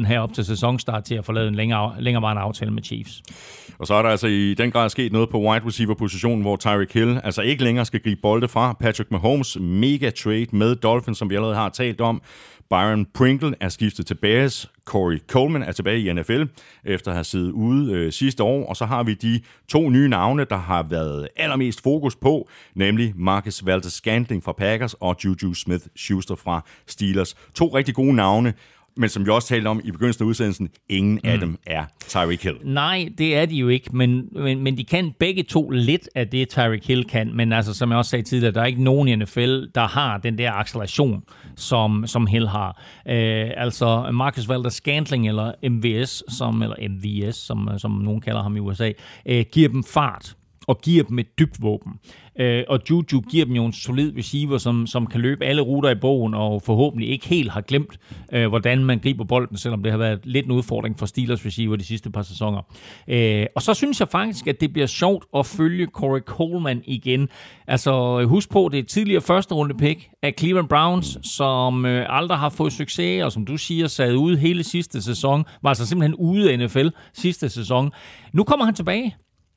her op til sæsonstart til at få lavet en længere, længerevarende aftale med Chiefs. Og så er der altså i den grad sket noget på wide receiver-positionen, hvor Tyreek Hill altså ikke længere skal gribe bolde fra Patrick Mahomes. Mega trade med Dolphins, som vi allerede har talt om. Byron Pringle er skiftet til Bears. Corey Coleman er tilbage i N F L efter at have siddet ude øh, sidste år. Og så har vi de to nye navne, der har været allermest fokus på, nemlig Marcus Valdes-Scantling fra Packers og Juju Smith-Schuster fra Steelers. To rigtig gode navne, men som vi også talte om i begyndelsen af udsendelsen, ingen mm. af dem er Tyreek Hill. Nej, det er de jo ikke, men, men, men de kan begge to lidt af det, Tyreek Hill kan. Men altså, som jeg også sagde tidligere, der er ikke nogen i N F L, der har den der acceleration, som, som Hill har. Øh, altså Marcus Valdes-Scantling, eller M V S, som, eller M V S, som, som nogen kalder ham i U S A, øh, giver dem fart og giver dem et dybt våben. Øh, og Juju giver dem jo en solid receiver, som, som kan løbe alle ruter i bogen, og forhåbentlig ikke helt har glemt, øh, hvordan man griber bolden, selvom det har været lidt en udfordring for Steelers receiver de sidste par sæsoner. Øh, og så synes jeg faktisk, at det bliver sjovt at følge Corey Coleman igen. Altså husk på, det er tidligere første runde pick af Cleveland Browns, som øh, aldrig har fået succes, og som du siger, sad ude hele sidste sæson, var altså simpelthen ude af N F L sidste sæson. Nu kommer han tilbage.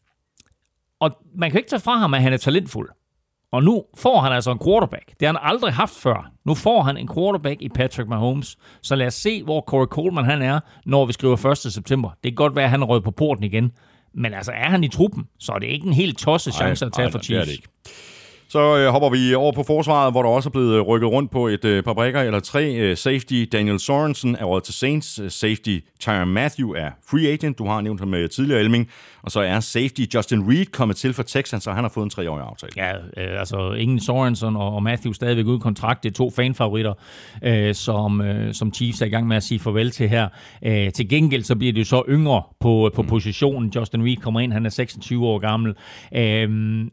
Og man kan ikke tage fra ham, at han er talentfuld. Og nu får han altså en quarterback. Det har han aldrig haft før. Nu får han en quarterback i Patrick Mahomes. Så lad os se, hvor Corey Coleman han er, når vi skriver første september. Det kan godt være, at han er røget på porten igen. Men altså, er han i truppen, så er det ikke en helt tosset chance at tage for Chiefs. Så øh, hopper vi over på forsvaret, hvor der også er blevet rykket rundt på et øh, par brækker eller tre. Øh, safety Daniel Sorensen er røget til Saints. Safety Tyrann Mathieu er free agent. Du har nævnt ham med tidligere, Elming. Og så er safety Justin Reed kommet til for Texans, så han har fået en treårig aftale. Ja, øh, altså ingen Sorensen og, og Mathieu stadigvæk uden kontrakt. Det er to fanfavoritter, øh, som, øh, som Chiefs er i gang med at sige farvel til her. Øh, til gengæld så bliver det jo så yngre på, på positionen. Justin Reed kommer ind, han er seksogtyve år gammel. Øh,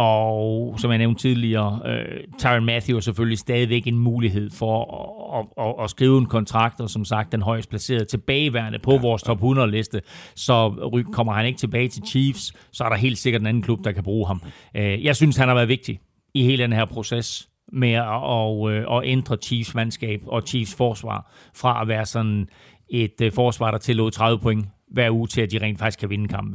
Og som jeg nævnte tidligere, øh, Tyrann Mathieu er selvfølgelig stadigvæk en mulighed for at, at, at, at skrive en kontrakt, og som sagt den højst placerede tilbageværende på ja, vores top hundrede-liste. Så kommer han ikke tilbage til Chiefs, så er der helt sikkert en anden klub, der kan bruge ham. Øh, jeg synes, han har været vigtig i hele den her proces med at, at, at ændre Chiefs mandskab og Chiefs forsvar fra at være sådan et forsvar, der tillod tredive point hver uge til, at de rent faktisk kan vinde kampe.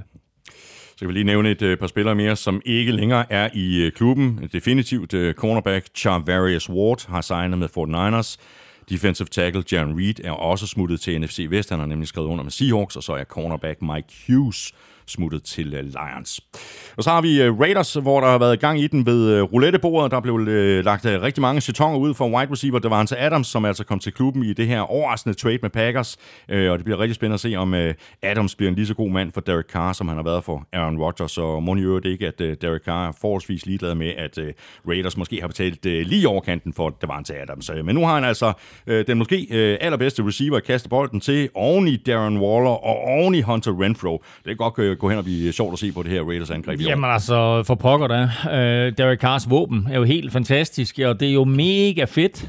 Så kan vi lige nævne et par spillere mere, som ikke længere er i klubben. Definitivt cornerback Charvarius Ward har signet med forty-niners. Defensive tackle Jarran Reed er også smuttet til N F C Vest. Han har nemlig skrevet under med Seahawks, og så er cornerback Mike Hughes smuttet til Lions. Og så har vi Raiders, hvor der har været gang i den ved roulettebordet. Der blev lagt rigtig mange chatonger ud for wide receiver Davante Adams, som altså kom til klubben i det her overraskende trade med Packers. Og det bliver rigtig spændende at se, om Adams bliver en lige så god mand for Derek Carr, som han har været for Aaron Rodgers. Og må jo det ikke, at Derek Carr er forholdsvis ligeglad med, at Raiders måske har betalt lige overkanten for Davante Adams. Men nu har han altså den måske allerbedste receiver at kaste bolden til, oven i Darren Waller og oven i Hunter Renfrow. Det er godt gå hen og blive sjovt at se på det her Raiders angreb. Jamen altså, for pokker da. Uh, Derek Carrs våben er jo helt fantastisk, og det er jo mega fedt,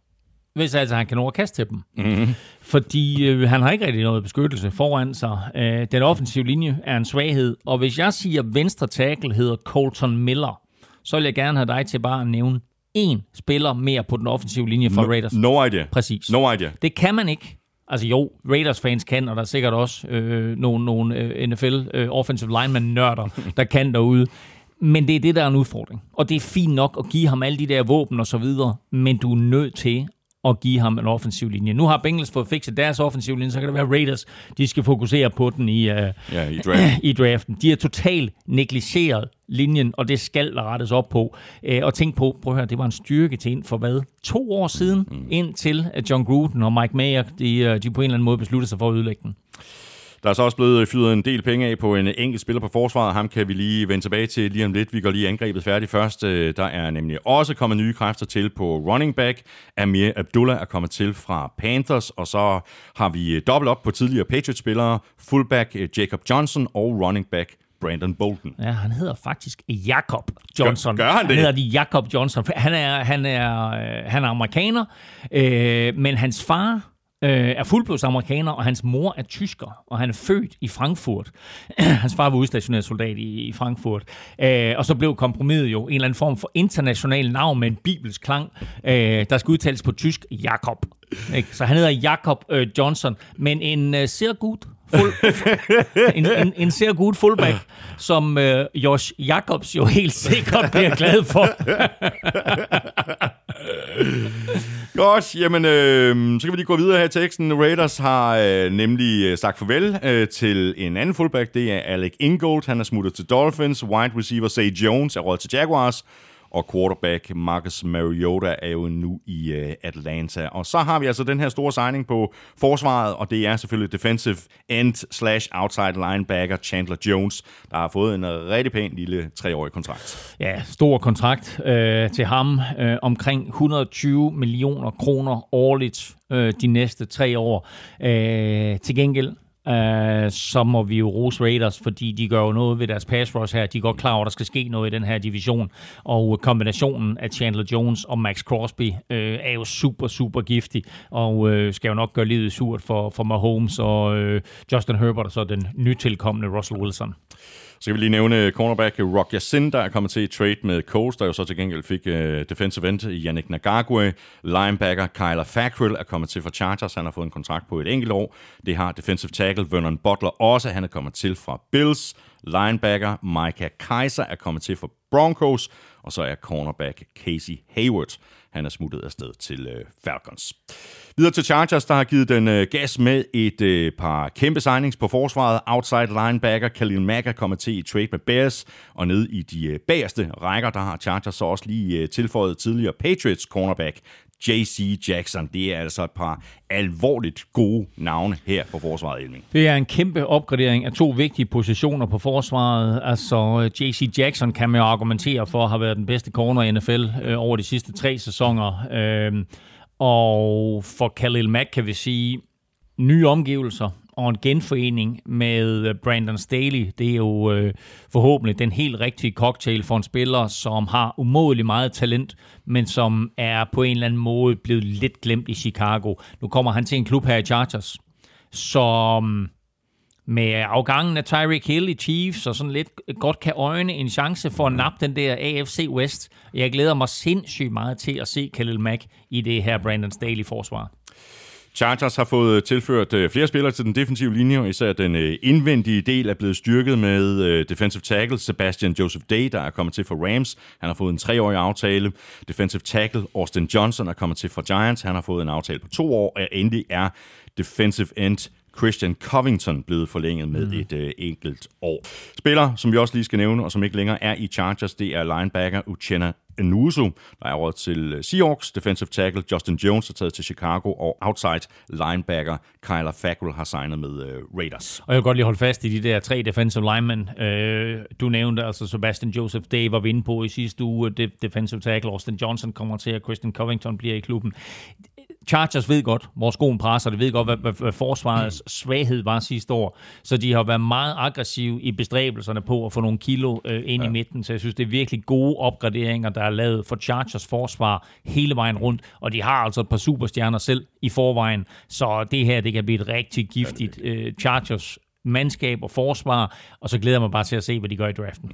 hvis altså han kan nå at kaste til dem. Mm-hmm. Fordi uh, han har ikke rigtig noget beskyttelse foran sig. Uh, den offensive linje er en svaghed, og hvis jeg siger, at venstre tackle hedder Colton Miller, så vil jeg gerne have dig til bare at nævne én spiller mere på den offensive linje for no, Raiders. No idea. Præcis. No idea. Det kan man ikke. Altså jo, Raiders-fans kan, og der er sikkert også øh, nogle, nogle øh, N F L øh, offensive lineman-nørder, der kan derude. Men det er det, der er en udfordring. Og det er fint nok at give ham alle de der våben og så videre, men du er nødt til at give ham en offensiv linje. Nu har Bengals fået fikset deres offensiv linje, så kan det være Raiders, de skal fokusere på den i, uh, ja, i, draften. i draften. De har totalt negligeret linjen, og det skal der rettes op på. Uh, og tænk på, prøv at høre, det var en styrke til ind for hvad? To år siden, mm. indtil John Gruden og Mike Mayer, de, de på en eller anden måde besluttede sig for at ødelægge den. Der er så også blevet fyret en del penge af på en enkelt spiller på forsvaret. Ham kan vi lige vende tilbage til lige om lidt. Vi går lige angrebet færdigt først. Der er nemlig også kommet nye kræfter til på running back. Amir Abdullah er kommet til fra Panthers, og så har vi dobbelt op på tidligere Patriots-spillere. Fullback Jacob Johnson og running back Brandon Bolden. Ja, han hedder faktisk Jacob Johnson. Gør, gør han det? Han hedder de Jacob Johnson. Han er, han er, han er amerikaner, øh, men hans far er fuldblods amerikaner, og hans mor er tysker, og han er født i Frankfurt. Hans far var udstationeret soldat i, i Frankfurt. Øh, og så blev kompromiset jo en eller anden form for international navn med en bibelsk klang, øh, der skal udtales på tysk, Jakob. Ikke? Så han hedder Jakob øh, Johnson, men en øh, ser god Full, en, en, en ser god fullback, som øh, Josh Jacobs jo helt sikkert bliver glad for. Godt, jamen øh, så kan vi lige gå videre her i teksten. Raiders har øh, nemlig sagt farvel øh, til en anden fullback. Det er Alec Ingold. Han er smuttet til Dolphins. Wide receiver Zay Jones er råd til Jaguars. Og quarterback Marcus Mariota er jo nu i uh, Atlanta. Og så har vi altså den her store signing på forsvaret, og det er selvfølgelig defensive end slash outside linebacker Chandler Jones, der har fået en rigtig pæn lille treårig kontrakt. Ja, stor kontrakt øh, til ham. Øh, omkring et hundrede og tyve millioner kroner årligt øh, de næste tre år. Øh, til gengæld Uh, så må vi jo rose Raiders, fordi de gør jo noget ved deres pass rush her. De er godt klar over, at der skal ske noget i den her division. Og kombinationen af Chandler Jones og Max Crosby uh, er jo super, super giftig. Og uh, skal jo nok gøre livet surt for, for Mahomes og uh, Justin Herbert og så den nytilkommende Russell Wilson. Så kan vi lige nævne cornerback Rock Ya-Sin, der er kommet til trade med Colts, der jo så til gengæld fik uh, defensive end Yannick Ngakoue. Linebacker Kyler Fackrell er kommet til fra Chargers. Han har fået en kontrakt på et enkelt år. Det har defensive tackle Vernon Butler også. Han er kommet til fra Bills. Linebacker Micah Kaiser er kommet til fra Broncos. Og så er cornerback Casey Hayward. Han er smuttet afsted til uh, Falcons. Videre til Chargers, der har givet den uh, gas med et uh, par kæmpe signings på forsvaret. Outside linebacker Khalil Mack er kommet til i trade med Bears. Og nede i de uh, bagerste rækker, der har Chargers så også lige uh, tilføjet tidligere Patriots cornerback J C Jackson. Det er altså et par alvorligt gode navne her på forsvaret, Elming. Det er en kæmpe opgradering af to vigtige positioner på forsvaret. Altså, J C Jackson kan man jo argumentere for at have været den bedste corner i N F L øh, over de sidste tre sæsoner. Øh, og for Khalil Mack kan vi sige nye omgivelser og en genforening med Brandon Staley. Det er jo øh, forhåbentlig den helt rigtige cocktail for en spiller, som har umådeligt meget talent, men som er på en eller anden måde blevet lidt glemt i Chicago. Nu kommer han til en klub her i Chargers, som med afgangen af Tyreek Hill i Chiefs og sådan lidt godt kan øjne en chance for at nappe den der A F C West. Jeg glæder mig sindssygt meget til at se Khalil Mack i det her Brandon Staley-forsvar. Chargers har fået tilført flere spillere til den defensive linje, og især den indvendige del er blevet styrket med defensive tackle Sebastian Joseph Day, der er kommet til for Rams. Han har fået en treårig aftale. Defensive tackle Austin Johnson er kommet til for Giants. Han har fået en aftale på to år, og endelig er defensive end Christian Covington blevet forlænget med mm. et øh, enkelt år. Spiller, som vi også lige skal nævne, og som ikke længere er i Chargers, det er linebacker Uchenna Nwosu, der er råd til Seahawks. Defensive tackle Justin Jones er taget til Chicago, og outside linebacker Kyler Fackrell har signet med øh, Raiders. Og jeg vil godt lige holde fast i de der tre defensive linemen. Øh, du nævnte altså Sebastian Joseph Day var vinde på i sidste uge. Defensive tackle Austin Johnson kommer til, at Christian Covington bliver i klubben. Chargers ved godt, hvor skoen presser. De ved godt, hvad, hvad, hvad forsvarets svaghed var sidste år. Så de har været meget aggressive i bestræbelserne på at få nogle kilo øh, ind ja. i midten. Så jeg synes, det er virkelig gode opgraderinger, der er lavet for Chargers forsvar hele vejen rundt. Og de har altså et par superstjerner selv i forvejen. Så det her, det kan blive et rigtig giftigt øh, Chargers mandskab og forsvar. Og så glæder jeg mig bare til at se, hvad de gør i draften.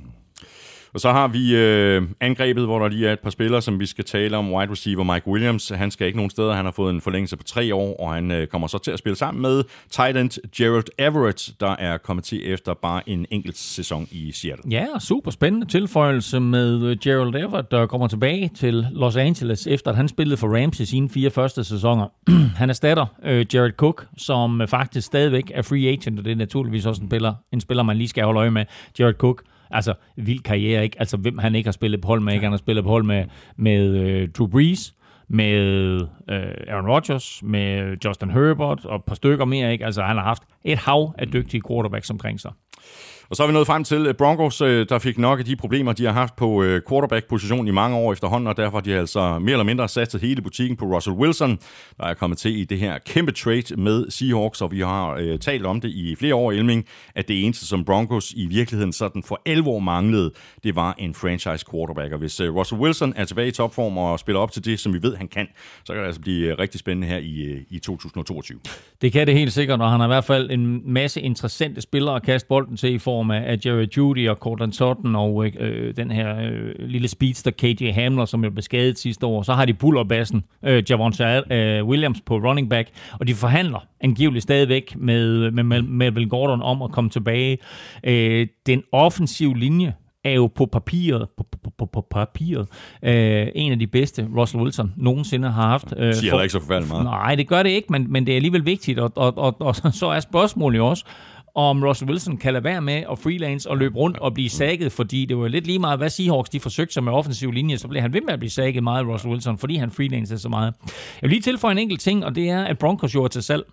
Og så har vi øh, angrebet, hvor der lige er et par spillere, som vi skal tale om. Wide receiver Mike Williams, han skal ikke nogen steder. Han har fået en forlængelse på tre år, og han øh, kommer så til at spille sammen med tight end Gerald Everett, der er kommet til efter bare en enkelt sæson i Seattle. Ja, super spændende tilføjelse med Gerald Everett, der kommer tilbage til Los Angeles, efter at han spillede for Rams i sine fire første sæsoner. Han erstatter øh, Jared Cook, som faktisk stadigvæk er free agent, og det er naturligvis også en spiller, en spiller man lige skal holde øje med. Jared Cook, altså, vild karriere, ikke? Altså, hvem han ikke har spillet på hold med, ikke? Han har spillet på hold med, med uh, Drew Brees, med uh, Aaron Rodgers, med Justin Herbert og et par stykker mere, ikke? Altså, han har haft et hav af dygtige quarterbacks omkring sig. Og så er vi nået frem til Broncos, der fik nok af de problemer, de har haft på quarterback-positionen i mange år efterhånden, og derfor har de altså mere eller mindre satset hele butikken på Russell Wilson, der er kommet til i det her kæmpe trade med Seahawks, og vi har øh, talt om det i flere år, Elming, at det eneste, som Broncos i virkeligheden sådan for alvor manglede, det var en franchise quarterback, og hvis øh, Russell Wilson er tilbage i topform og spiller op til det, som vi ved, han kan, så kan det altså blive rigtig spændende her i, øh, i to tusind toogtyve. Det kan det helt sikkert, og han har i hvert fald en masse interessante spillere at kaste bolden til i for form af, af Jerry Jeudy og Cortland Sutton og øh, den her øh, lille speedster K J Hamler, som jo blev skadet sidste år. Så har de bullerbassen øh, Javonte øh, Williams på running back, og de forhandler angiveligt stadigvæk med, med, med Melvin Gordon om at komme tilbage. Øh, den offensive linje er jo på papiret, på, på, på, på papiret øh, en af de bedste Russell Wilson nogensinde har haft. Øh, siger heller ikke så forfærdeligt meget. Nej, det gør det ikke, men, men det er alligevel vigtigt, og, og, og, og så er spørgsmålet jo også, om Russell Wilson kan lade være med at freelance og løbe rundt og blive sækket, fordi det var lidt lige meget, hvad Seahawks de forsøgte sig med offensiv linje, så blev han ved med at blive sækket meget, Russell Wilson, fordi han freelancede så meget. Jeg vil lige tilføje en enkelt ting, og det er, at Broncos jo er til salg.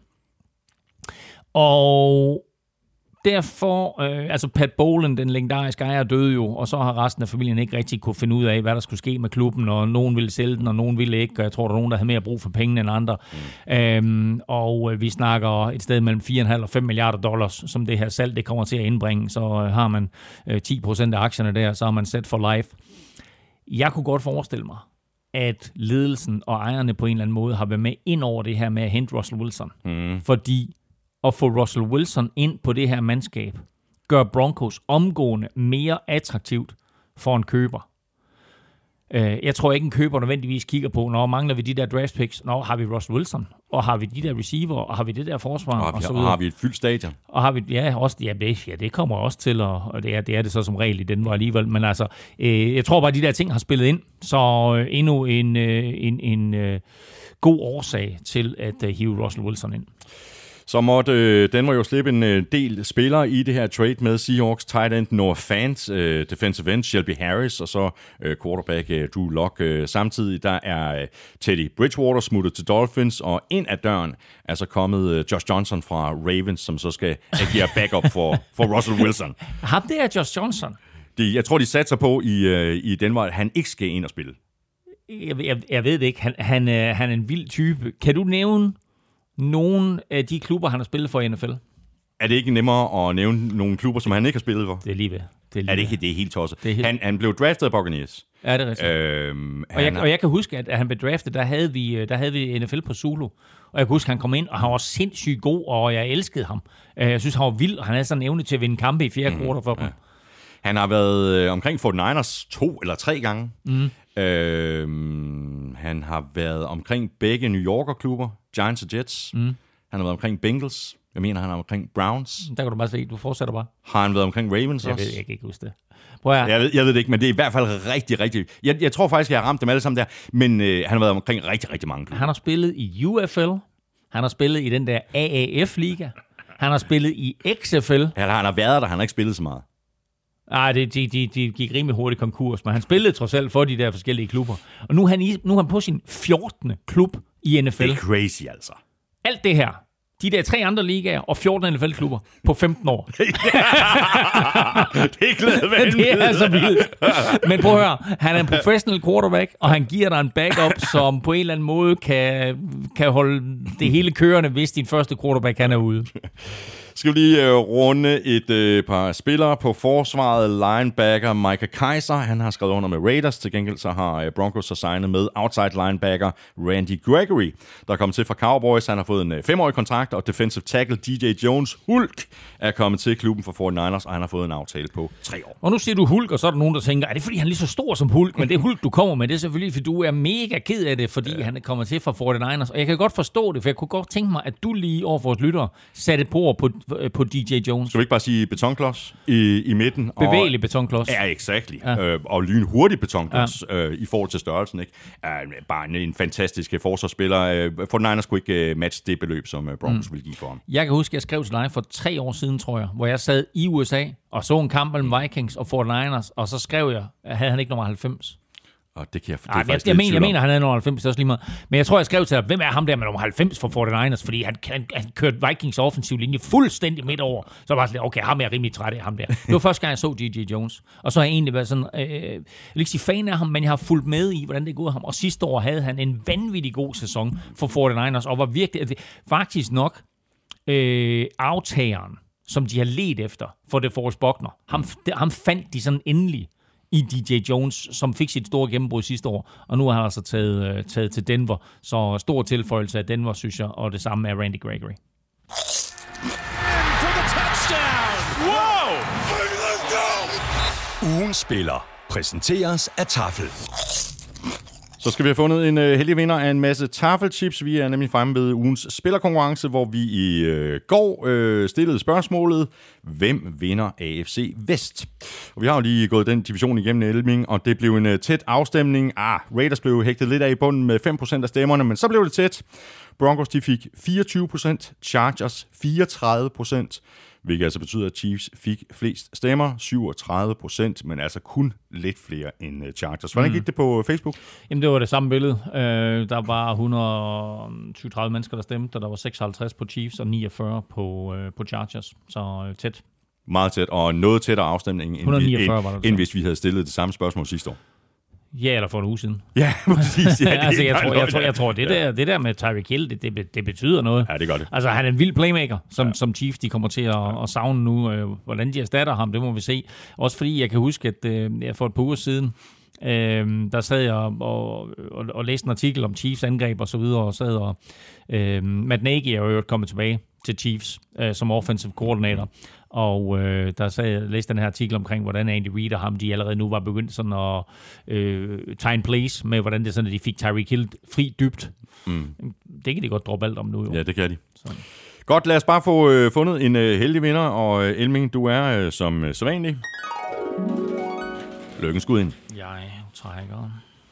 Og derfor, øh, altså Pat Bowlen, den legendariske ejer, døde jo, og så har resten af familien ikke rigtig kunne finde ud af, hvad der skulle ske med klubben, og nogen ville sælge den, og nogen ville ikke, og jeg tror, der er nogen, der havde mere brug for pengene end andre. Mm. Øhm, og øh, vi snakker et sted mellem fire komma fem og fem milliarder dollars, som det her salg, det kommer til at indbringe, så øh, har man øh, ti procent af aktierne der, så har man set for life. Jeg kunne godt forestille mig, at ledelsen og ejerne på en eller anden måde har været med ind over det her med at hente Russell Wilson. Mm. Fordi at få Russell Wilson ind på det her mandskab, gør Broncos omgående mere attraktivt for en køber. Jeg tror ikke, en køber nødvendigvis kigger på, når mangler vi de der draft picks, når har vi Russell Wilson, og har vi de der receiver, og har vi det der forsvar, og, og så videre. Og har vi et fyldt stadion. Og har vi, ja, også, ja, det, ja, det kommer også til, og, og det, er, det er det så som regel i Denver alligevel, men altså, øh, jeg tror bare, at de der ting har spillet ind, så øh, endnu en, øh, en, en øh, god årsag til at øh, hive Russell Wilson ind. Så måtte øh, Denver jo slippe en øh, del spillere i det her trade med Seahawks tight end Noah Fant, øh, defensive end Shelby Harris, og så øh, quarterback øh, Drew Lock. Øh, samtidig der er øh, Teddy Bridgewater smuttet til Dolphins, og ind ad døren er så kommet øh, Josh Johnson fra Ravens, som så skal agere backup for, for Russell Wilson. Ham det er Josh Johnson? De, jeg tror, de satser på i, øh, i Denver, at han ikke skal ind og spille. Jeg, jeg, jeg ved det ikke. Han, han, øh, han er en vild type. Kan du nævne nogle af de klubber, han har spillet for i N F L? Er det ikke nemmere at nævne nogle klubber, som han ikke har spillet for? Det er lige ved. Det er, lige er det ikke det er helt tosset? Det er helt... Han, han blev draftet af Buccaneers. Ja, det er rigtigt. Øhm, og, jeg, har... og jeg kan huske, at han blev draftet, der havde vi, der havde vi N F L på Zulu. Og jeg kan huske, at han kom ind, og han var sindssygt god, og jeg elskede ham. Jeg synes, han var vild, og han havde sådan en evne til at vinde kampe i fjerde mm, kvartal for dem. Ja. Han har været øh, omkring forty-niners to eller tre gange. Mm. Øhm, han har været omkring begge New Yorker-klubber, Giants og Jets. Mm. Han har været omkring Bengals. Jeg mener, han er omkring Browns. Der kan du bare se, du fortsætter bare. Har han været omkring Ravens jeg også? Ved, jeg kan ikke huske det. Prøv at... jeg, ved, jeg ved det ikke, men det er i hvert fald rigtig, rigtig... Jeg, jeg tror faktisk, jeg har ramt dem alle sammen der, men øh, han har været omkring rigtig, rigtig mange klubber. Han har spillet i U F L. Han har spillet i den der A A F-liga. Han har spillet i X F L. Ja, han har været der, han har ikke spillet så meget. Nej, de, de, de, de gik rimelig hurtigt konkurs, men han spillede trods alt for de der forskellige klubber. Og nu er han, i, nu er han på sin fjortende klub i N F L. Det er crazy, altså. Alt det her, de der tre andre ligaer og fjorten N F L-klubber på femten år. Det er glædevandet. Det er så vildt. Men prøv at høre, han er en professional quarterback, og han giver dig en backup, som på en eller anden måde kan, kan holde det hele kørende, hvis din første quarterback han er ude. Skal vi lige uh, runde et uh, par spillere på forsvaret. Linebacker Micah Kiser, han har skrevet under med Raiders. Til gengæld så har uh, Broncos så signet med outside linebacker Randy Gregory, der er kommet til fra Cowboys. Han har fået en uh, femårig kontrakt, og defensive tackle D J Jones Hulk er kommet til klubben for forty-niners, og han har fået en aftale på tre år. Og nu siger du Hulk, og så er der nogen, der tænker, er det fordi han er lige så stor som Hulk? Men det Hulk, du kommer med, det er selvfølgelig, fordi du er mega ked af det, fordi ja. han er kommet til fra forty-niners. Og jeg kan godt forstå det, for jeg kunne godt tænke mig, at du lige over for vores lyttere satte et på på på D J Jones. Skal vi ikke bare sige betonklods i, i midten? Bevægelig betonklods. Ja, exakt. Ja. Øh, og lynhurtig betonklods ja. øh, i forhold til størrelsen. Ikke? Øh, bare en, en fantastisk forsvarsspiller. Øh, forty-niners kunne ikke uh, matche det beløb, som uh, Broncos mm. ville give for ham. Jeg kan huske, at jeg skrev til dig for tre år siden, tror jeg, hvor jeg sad i U S A og så en kamp mellem Vikings og forty-niners, og så skrev jeg, at havde han ikke nummer halvfems. Og det kan jeg, det Ej, jeg, jeg, mener, jeg mener, han havde nummer halvfems, det er også lige meget. Men jeg tror, jeg skrev til dig, hvem er ham der med nummer halvfems for forty-niners, fordi han, han, han kørte Vikings offensiv linje fuldstændig midt over. Så var jeg sådan, okay, ham er jeg rimelig træt af, ham der. Det var første gang, jeg så D J Jones. Og så har jeg egentlig været sådan, øh, jeg vil ikke sige fan af ham, men jeg har fulgt med i, hvordan det er gået ham. Og sidste år havde han en vanvittig god sæson for forty-niners, og var virkelig, faktisk nok øh, aftageren, som de har let efter for det Forrest Buckner. Ham, ham fandt de sådan endelig i D J Jones, som fik sit store gennembrud sidste år, og nu har han altså taget, øh, taget til Denver. Så stor tilføjelse af Denver, synes jeg, og det samme er Randy Gregory. For the touchdown! Whoa! Ugens spiller præsenteres af Tafel. Så skal vi have fundet en øh, heldig vinder af en masse taffelchips. Vi er nemlig fremme ved ugens spillerkonkurrence, hvor vi i øh, går øh, stillede spørgsmålet, hvem vinder A F C Vest? Og vi har jo lige gået den division igennem Elming, og det blev en øh, tæt afstemning. Ah, Raiders blev hægtet lidt af i bunden med fem procent af stemmerne, men så blev det tæt. Broncos de fik fireogtyve procent, Chargers fireogtredive procent, hvilket altså betyder, at Chiefs fik flest stemmer, syvogtredive procent, men altså kun lidt flere end Chargers. Hvordan gik det på Facebook? Jamen, det var det samme billede. Øh, der var et hundrede og syvogtredive mennesker, der stemte, og der var seksoghalvtreds på Chiefs og niogfyrre på, øh, på Chargers. Så øh, tæt. Meget tæt, og noget tættere afstemning, end, end, end hvis vi havde stillet det samme spørgsmål sidste år. Ja, eller for en uge siden. Ja, præcis. Ja, altså, jeg, tror, jeg, tror, jeg tror, det der, det der med Tyreek Hill, det, det, det betyder noget. Ja, det gør det. Altså, han er en vild playmaker, som, ja. som Chiefs de kommer til at, ja. at savne nu. Øh, hvordan de erstatter ham, det må vi se. Også fordi, jeg kan huske, at øh, for et par uger siden, øh, der sad jeg og, og, og, og læste en artikel om Chiefs angreb og så videre, og sad og øh, Matt Nagy er jo kommet tilbage til Chiefs øh, som offensive coordinator. Og øh, der sad jeg læste den her artikel omkring, hvordan Andy Reid og ham, de allerede nu var begyndt sådan at øh, tegne plays med, hvordan det er sådan, at de fik Tyreek Hill fri dybt. Mm. Det kan de godt droppe alt om nu, jo. Ja, det kan de. Så. Godt, lad os bare få øh, fundet en øh, heldig vinder, og øh, Elming, du er øh, som øh, sædvanlig. Lykken skud ind. Jeg trækker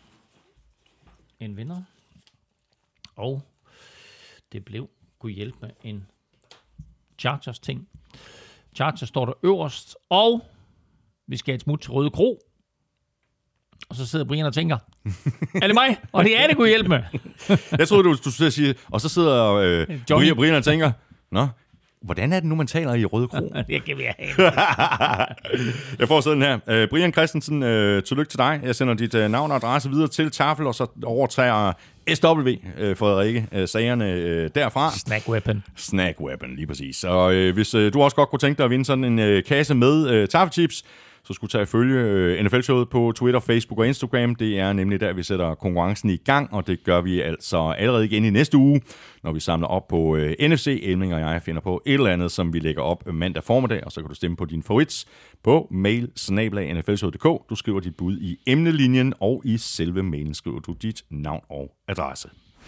en vinder. Og det blev, gud hjælp med, en Chargers ting. Chargers står der øverst, og vi skal et smut til Røde Kro. Og så sidder Brian og tænker, er det mig? Og det er det, kunne hjælpe med. Jeg troede, du, du skulle sige, og så sidder øh, Brian, Brian og tænker, nå, hvordan er det nu, man taler i Røde Kro? Det kan vi have. Jeg får sådan her. Uh, Brian Christensen, uh, tillykke til dig. Jeg sender dit uh, navn og adresse videre til Tafel, og så overtager S W uh, Frederikke uh, sagerne uh, derfra. Snack weapon. Snack weapon, lige præcis. Så uh, hvis uh, du også godt kunne tænke dig at vinde sådan en uh, kasse med uh, Tafelchips, så skulle tage følge N F L-showet på Twitter, Facebook og Instagram. Det er nemlig der, vi sætter konkurrencen i gang, og det gør vi altså allerede igen i næste uge, når vi samler op på N F C. Elming og jeg finder på et eller andet, som vi lægger op mandag formiddag, og så kan du stemme på din favorits på mail snabel-a n f l showet punktum d k. Du skriver dit bud i emnelinjen, og i selve mailen skriver du dit navn og adresse.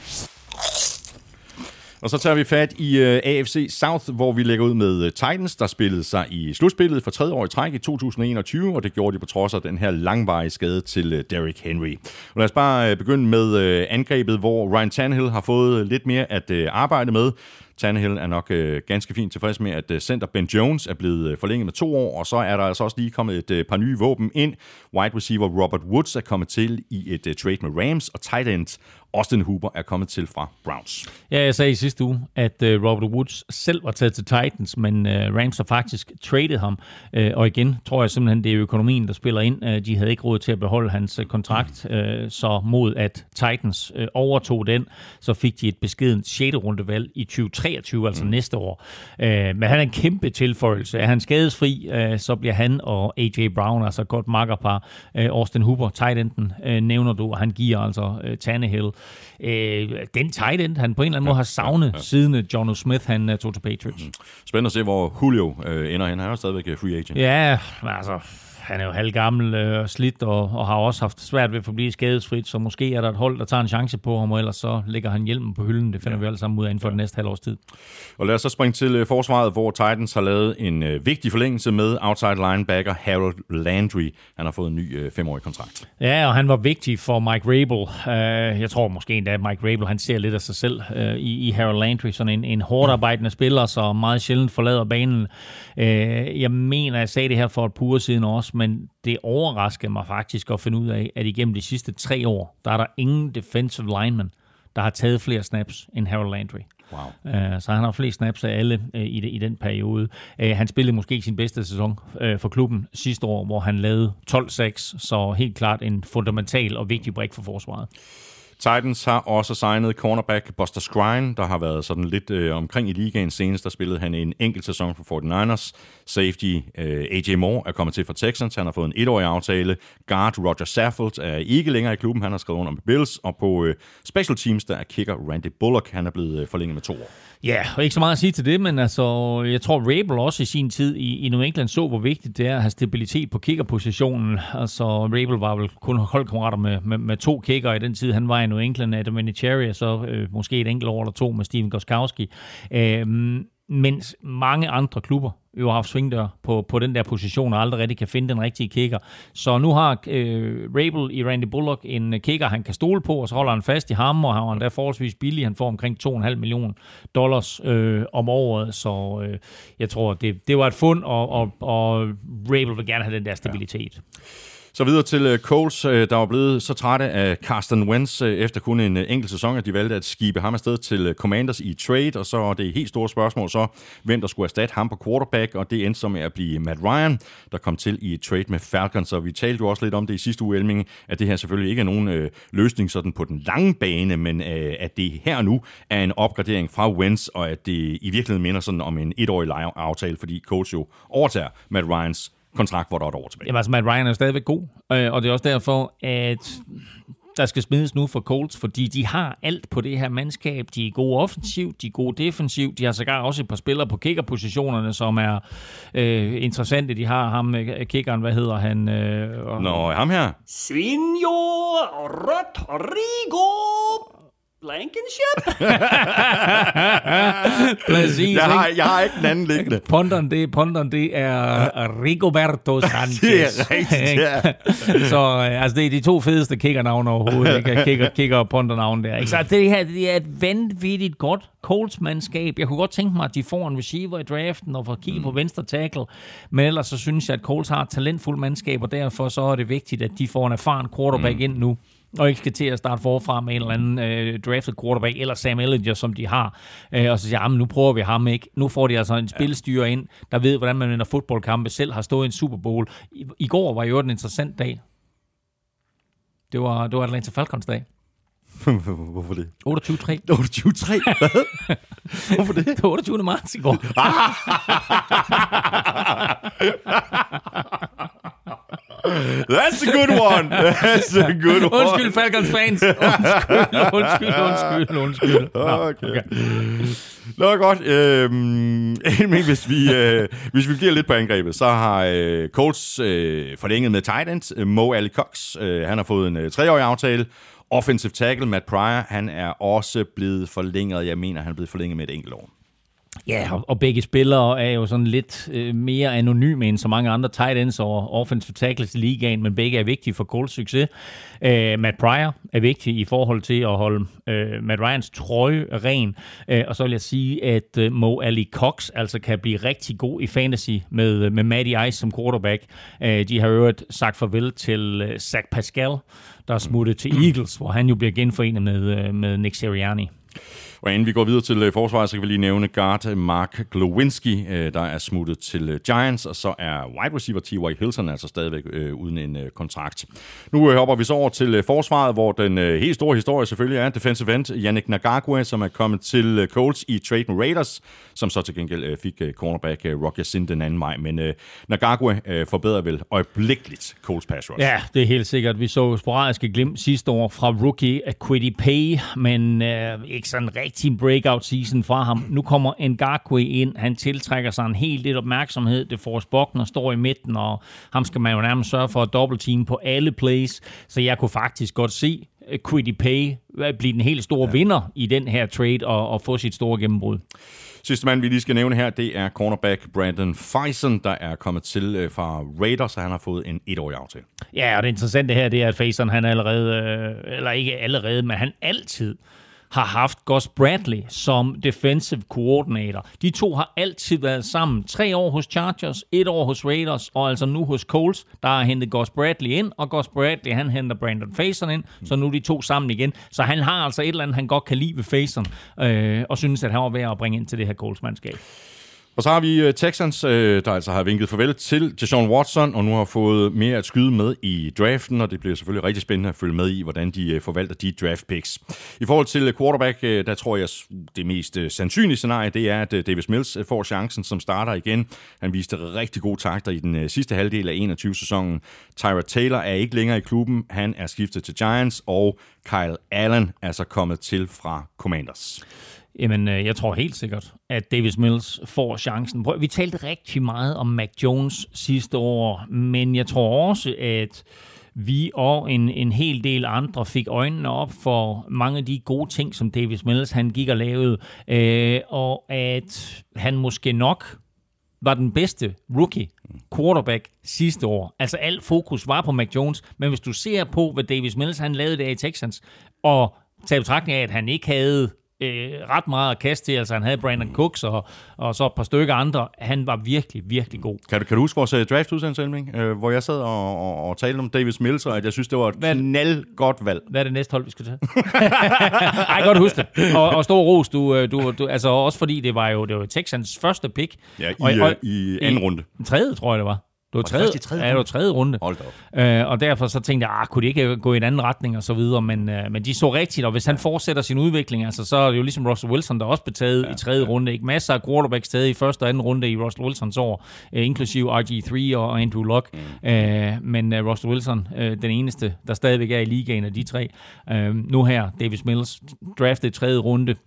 Og så tager vi fat i uh, A F C South, hvor vi lægger ud med uh, Titans, der spillede sig i slutspillet for tredje år i træk i to tusind og enogtyve, og det gjorde de på trods af den her langvarige skade til uh, Derrick Henry. Og lad os bare uh, begynde med uh, angrebet, hvor Ryan Tannehill har fået lidt mere at uh, arbejde med. Tannehill er nok øh, ganske fint tilfreds med, at øh, center Ben Jones er blevet øh, forlænget med to år, og så er der altså også lige kommet et øh, par nye våben ind. Wide receiver Robert Woods er kommet til i et øh, trade med Rams, og tight end Austin Hooper er kommet til fra Browns. Ja, jeg sagde i sidste uge, at øh, Robert Woods selv var taget til Titans, men øh, Rams har faktisk traded ham. Øh, og igen tror jeg simpelthen, det er økonomien, der spiller ind. Øh, de havde ikke råd til at beholde hans øh, kontrakt, øh, så mod at Titans øh, overtog den, så fik de et beskedent sjette rundevalg i tyve treogtyve, altså mm. næste år. Øh, men han er en kæmpe tilføjelse. Er han skadesfri, øh, så bliver han og A J Brown altså et godt makkerpar. Øh, Austin Hooper, tight enden, øh, nævner du, og han giver altså øh, Tannehill. Øh, den tight end, han på en eller anden måde har savnet, ja, ja. siden Jonnu Smith, han uh, tog til Patriots. Mm. Spændende at se, hvor Julio øh, ender hen. Han er jo stadigvæk free agent. Ja, altså, han er jo halvgammel og øh, slidt, og, og har også haft svært ved at forblive skadesfrit, så måske er der et hold, der tager en chance på ham, og ellers så lægger han hjelmen på hylden. Det finder ja. vi alle sammen ud af inden for ja. det næste halvårs tid. Og lad os så springe til øh, forsvaret, hvor Titans har lavet en øh, vigtig forlængelse med outside linebacker Harold Landry. Han har fået en ny øh, femårig kontrakt. Ja, og han var vigtig for Mike Rabel. Uh, jeg tror måske endda, at Mike Rabel, han ser lidt af sig selv uh, i, i Harold Landry. Sådan en, en hårdt arbejdende spiller, så meget sjældent forlader banen. Uh, jeg mener, jeg sagde det her for et par uger siden også, men det overrasker mig faktisk at finde ud af, at igennem de sidste tre år, der er der ingen defensive lineman, der har taget flere snaps end Harold Landry. Wow. Uh, så han har flest snaps af alle uh, i, de, i den periode. Uh, han spillede måske sin bedste sæson uh, for klubben sidste år, hvor han lavede tolv seks, så helt klart en fundamental og vigtig brik for forsvaret. Titans har også signet cornerback Buster Skrine, der har været sådan lidt øh, omkring i ligaen. Senest der spillede han en enkelt sæson for forty-niners. Safety øh, A J Moore er kommet til for Texans. Han har fået en etårig aftale. Guard Roger Saffold er ikke længere i klubben. Han har skrevet under med Bills. Og på øh, special teams, der er kicker Randy Bullock. Han er blevet øh, forlænget med to år. Ja, og ikke så meget at sige til det, men altså, jeg tror, Rabel også i sin tid i, i New England så, hvor vigtigt det er at have stabilitet på kickerpositionen. Altså, Rabel var vel kun holdkammerater med, med, med to kicker i den tid, han var i New England. Adam Vinatieri, så øh, måske et enkelt år eller to med Steven Gostkowski. Øh, mens mange andre klubber jo har haft svingdør på, på den der position, og aldrig rigtig kan finde den rigtige kicker. Så nu har øh, Rabel i Randy Bullock en kicker, han kan stole på, og så holder han fast i ham, og han er endda forholdsvis billig. Han får omkring to komma fem millioner dollars øh, om året, så øh, jeg tror, det, det var et fund, og, og, og Rabel vil gerne have den der stabilitet. Ja. Så videre til Colts, der var blevet så trætte af Carson Wentz efter kun en enkelt sæson, at de valgte at skibe ham afsted til Commanders i trade, og så er det helt store spørgsmål så, hvem der skulle erstatte ham på quarterback, og det endte så med at blive Matt Ryan, der kom til i trade med Falcons, og vi talte jo også lidt om det i sidste uge, Elming, at det her selvfølgelig ikke er nogen øh, løsning sådan på den lange bane, men øh, at det her nu er en opgradering fra Wentz, og at det i virkeligheden minder sådan om en etårig aftale, fordi Colts jo overtager Matt Ryans kontrakt, hvor der er et år tilbage. Jamen altså, Matt Ryan er stadigvæk god, og det er også derfor, at der skal smides nu for Colts, fordi de har alt på det her mandskab. De er gode offensivt, de er gode defensivt, de har sågar også et par spillere på kickerpositionerne, som er øh, interessante. De har ham, kickeren, hvad hedder han? Øh, og... Nå, ham her. Signor Rodrigo Blankenship. Præcis. Jeg har, jeg har ikke den anden liggende. Ponderen, det, ponderen, det er Rigoberto Sanchez. Det er rigtigt, ja. Så altså, det er de to fedeste kickernavne overhovedet. Ikke? Kicker, kicker og pondernavne der. Ikke? Så det her det er et vanvittigt godt Colts-mandskab. Jeg kunne godt tænke mig, at de får en receiver i draften og får kigge mm. på venstre tackle. Men ellers så synes jeg, at Colts har et talentfuldt mandskab, og derfor så er det vigtigt, at de får en erfaren quarterback mm. ind nu, og ikke skal til at starte forfra med en eller anden øh, drafted quarterback, eller Sam Ellinger, som de har. Øh, og så siger jeg, nu prøver vi ham ikke. Nu får de altså en spilstyrer ind, der ved, hvordan man vinder fodboldkampe, selv har stået i en Super Bowl. I, i går var jo en interessant dag. Det var, det var Atlanta Falcons dag. Hvorfor det? otteogtyve tre. otteogtyve tre? Hvad? Hvorfor det? Det var otteogtyvende marts i går. That's a good one. That's a good one. Undskyld, Falcons fans. Undskyld, undskyld, undskyld, undskyld. Nå, okay. okay. Nå, godt. Øhm, hvis, vi, øh, hvis vi bliver lidt på angrebet, så har øh, Colts øh, forlænget med tight end, Mo Alie-Cox. Øh, han har fået en øh, treårig aftale. Offensive tackle, Matt Pryor, han er også blevet forlænget. Jeg mener, han er blevet forlænget med et enkelt år. Ja, og begge spillere er jo sådan lidt øh, mere anonyme end så mange andre tight ends og offensive tackles i ligaen, men begge er vigtige for Colts succes. Øh, Matt Pryor er vigtig i forhold til at holde øh, Matt Ryans trøje ren, øh, og så vil jeg sige, at øh, Mo Alie-Cox altså kan blive rigtig god i fantasy med, med Matty Ice som quarterback. Øh, de har jo sagt farvel til øh, Zach Pascal, der er smuttet til Eagles, hvor han jo bliver genforenet med, øh, med Nick Sirianni. Og inden vi går videre til forsvaret, så kan vi lige nævne guard Mark Glowinski, der er smuttet til Giants, og så er wide receiver T Y Hilton altså stadigvæk øh, uden en øh, kontrakt. Nu øh, hopper vi så over til øh, forsvaret, hvor den øh, helt store historie selvfølgelig er defensive end Yannick Ngakoue, som er kommet til øh, Colts i trade med Raiders, som så til gengæld øh, fik øh, cornerback øh, Rock Ya-Sin den anden vej. Men øh, Ngakoue øh, forbedrer vel øjeblikkeligt Colts pass rush. Ja, det er helt sikkert. Vi så sporadiske glimt sidste år fra rookie Kwity Paye, men øh, ikke sådan rigtig team breakout season fra ham. Nu kommer Ngakoue ind. Han tiltrækker sig en helt lidt opmærksomhed. Det får Buckner står i midten, og ham skal man jo nærmest sørge for at dobbeltteam på alle plays. Så jeg kunne faktisk godt se Kwity Paye blive den helt store ja. vinder i den her trade og, og få sit store gennembrud. Sidste mand, vi lige skal nævne her, det er cornerback Brandon Faison, der er kommet til fra Raiders, så han har fået en etårig aftale. Ja, og det interessante her, det er, at Faison, han allerede, eller ikke allerede, men han altid har haft Gus Bradley som defensive coordinator. De to har altid været sammen. Tre år hos Chargers, et år hos Raiders, og altså nu hos Colts, der har hentet Gus Bradley ind, og Gus Bradley, han henter Brandon Faison ind, så nu er de to sammen igen. Så han har altså et eller andet, han godt kan lide ved Faison, øh, og synes, at han var værd at bringe ind til det her Colts-mandskab. Og så har vi Texans, der altså har vinket farvel til Deshaun Watson, og nu har fået mere at skyde med i draften, og det bliver selvfølgelig rigtig spændende at følge med i, hvordan de forvalter de draft picks. I forhold til quarterback, der tror jeg, det mest sandsynlige scenarie, det er, at Davis Mills får chancen, som starter igen. Han viste rigtig gode takter i den sidste halvdel af enogtyve-sæsonen. Tyrod Taylor er ikke længere i klubben, han er skiftet til Giants, og Kyle Allen er så kommet til fra Commanders. Jamen, jeg tror helt sikkert, at Davis Mills får chancen. Vi talte rigtig meget om Mac Jones sidste år, men jeg tror også, at vi og en, en hel del andre fik øjnene op for mange af de gode ting, som Davis Mills han gik og lavede, øh, og at han måske nok var den bedste rookie quarterback sidste år. Altså alt fokus var på Mac Jones, men hvis du ser på, hvad Davis Mills han lavede der i Texans, og tager betragtning af, at han ikke havde Øh, ret meget at kaste til, altså han havde Brandon Cooks og, og så et par stykker andre. Han var virkelig, virkelig god. Kan du, kan du huske vores draft-udsendelse, Elming, øh, hvor jeg sad og, og, og talte om Davis Mills, og at jeg synes, det var et knaldgodt valg. Hvad er det næste hold, vi skal tage? Ej, godt huske det. Og, og stor ros, du, du, du, altså også fordi det var jo, det var Texans første pick. Ja, i, og, og, i anden runde. Tredje, tror jeg, det var. Det var tredje, tredje, ja, det var tredje runde. Hold da op. Øh, og derfor så tænkte jeg, ah, kunne de ikke gå i en anden retning og så videre, men, øh, men de så rigtigt, og hvis han fortsætter sin udvikling, altså, så er det jo ligesom Russell Wilson, der også blev taget ja, i tredje ja. runde. Ikke masser af quarterbacks taget i første og anden runde i Russell Wilsons år, øh, inklusive R G tre og Andrew Luck. Mm. Øh, men øh, Russell Wilson, øh, den eneste, der stadigvæk er i ligaen af de tre. Øh, nu her, Davis Mills, draftet i tredje runde.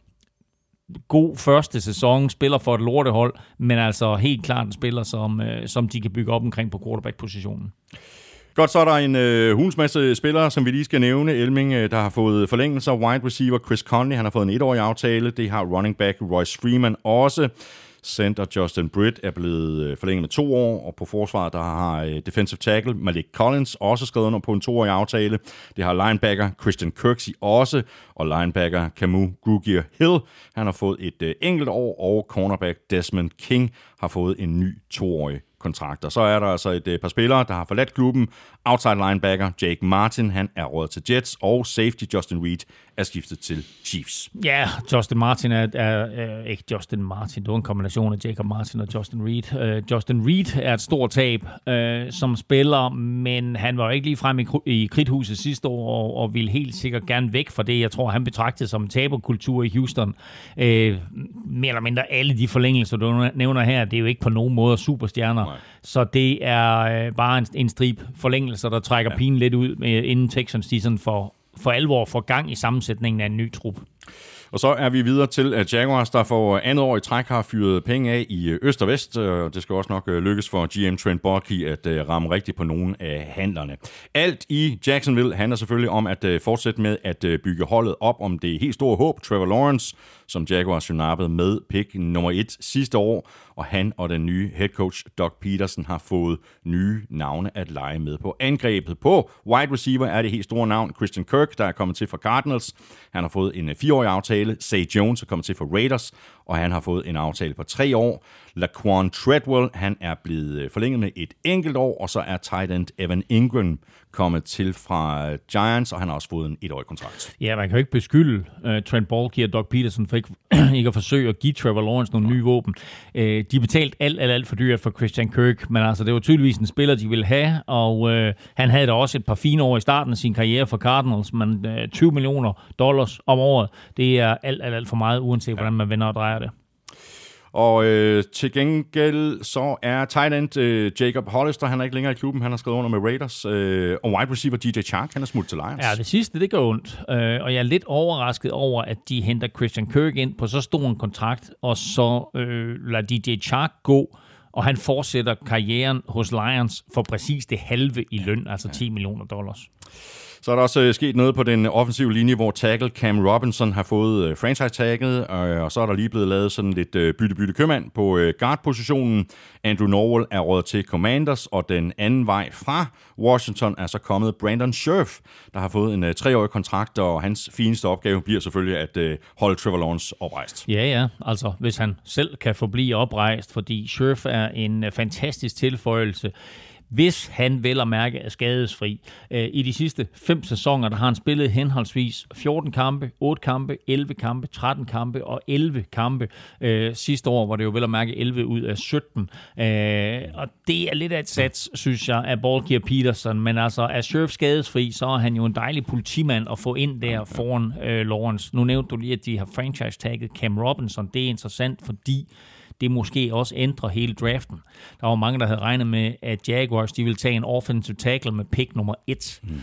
God første sæson, spiller for et lortehold, men altså helt klart en spiller, som, øh, som de kan bygge op omkring på quarterback-positionen. Godt, så er der en øh, hulens masse spillere, som vi lige skal nævne. Elming, øh, der har fået forlængelser. Wide receiver Chris Conley, han har fået en etårig aftale. Det har running back Royce Freeman også. Center Justin Britt er blevet forlænget med to år, og på forsvaret der har defensive tackle Malik Collins også skrevet under på en toårig aftale. Det har linebacker Christian Kirksey også, og linebacker Camus Grugier-Hill, han har fået et enkelt år, og cornerback Desmond King har fået en ny toårig kontrakt. Og så er der altså et par spillere, der har forladt klubben. Outside linebacker Jake Martin, han er råd til Jets, og safety Justin Reed er skiftet til Chiefs. Ja, yeah, Justin Martin er, er, er ikke Justin Martin, det var en kombination af Jacob Martin og Justin Reed. Uh, Justin Reed er et stort tab uh, som spiller, men han var jo ikke lige frem i, i kridthuset sidste år, og, og ville helt sikkert gerne væk fra det. Jeg tror, han betragtede som en taberkultur i Houston. Uh, mere eller mindre alle de forlængelser, du nævner her, det er jo ikke på nogen måde superstjerner. Nej. Så det er uh, bare en, en strip forlængelser, der trækker ja. pinen lidt ud, uh, inden Texans de sådan for for alvor får gang i sammensætningen af en ny trup. Og så er vi videre til at Jaguars, der for andet år i træk har fyret penge af i øst og vest. Det skal også nok lykkes for G M Trent Baalke at ramme rigtigt på nogle af handlerne. Alt i Jacksonville handler selvfølgelig om at fortsætte med at bygge holdet op om det helt store håb, Trevor Lawrence, som Jaguars jo nappede med pick nummer et sidste år, og han og den nye head coach Doug Peterson har fået nye navne at lege med på angrebet. På wide receiver er det helt store navn Christian Kirk, der er kommet til fra Cardinals. Han har fået en fireårig aftale. Zay Jones er kommet til fra Raiders, og han har fået en aftale på tre år. Laquan Treadwell, han er blevet forlænget med et enkelt år, og så er tight end Evan Ingram kommet til fra Giants, og han har også fået en etårig kontrakt. Ja, man kan jo ikke beskylde uh, Trent Baalke og Doug Peterson for ikke, ikke at forsøge at give Trevor Lawrence nogle nye våben. Uh, de betalte alt, alt, alt for dyrt for Christian Kirk, men altså det var tydeligvis en spiller, de ville have, og uh, han havde da også et par fine år i starten af sin karriere for Cardinals, men uh, tyve millioner dollars om året, det er alt, alt, alt for meget, uanset hvordan man vender og drejer det. Og øh, til gengæld så er tight end øh, Jacob Hollister, han er ikke længere i klubben, han har skrevet under med Raiders, øh, og wide receiver D J Chark, han er smuttet til Lions. Ja, det sidste, det gør ondt, øh, og jeg er lidt overrasket over, at de henter Christian Kirk ind på så stor en kontrakt, og så øh, lader D J Chark gå, og han fortsætter karrieren hos Lions for præcis det halve i løn, altså ti millioner dollars. Så er der også sket noget på den offensive linje, hvor tackle Cam Robinson har fået franchise-tagget, og så er der lige blevet lavet sådan lidt bytte-bytte-købmand på guard-positionen. Andrew Norwell er råd til Commanders, og den anden vej fra Washington er så kommet Brandon Scherff, der har fået en treårig kontrakt, og hans fineste opgave bliver selvfølgelig at holde Trevor Lawrence oprejst. Ja, ja, altså hvis han selv kan forblive oprejst, fordi Scherff er en fantastisk tilføjelse. hvis han vel at mærke er skadesfri. I de sidste fem sæsoner, der har han spillet henholdsvis fjorten kampe, otte kampe, elleve kampe, tretten kampe og elleve kampe. Sidste år var det jo vel at mærke elleve ud af sytten. Og det er lidt af et sats, synes jeg, af Ballkeeper Peterson. Men altså, er Scherf skadesfri, så er han jo en dejlig politimand at få ind der foran øh, Lawrence. Nu nævnte du lige, at de har franchise-tagget Cam Robinson. Det er interessant, fordi det måske også ændrer hele draften. Der var mange, der havde regnet med, at Jaguars de ville tage en offensive tackle med pick nummer et. Mm.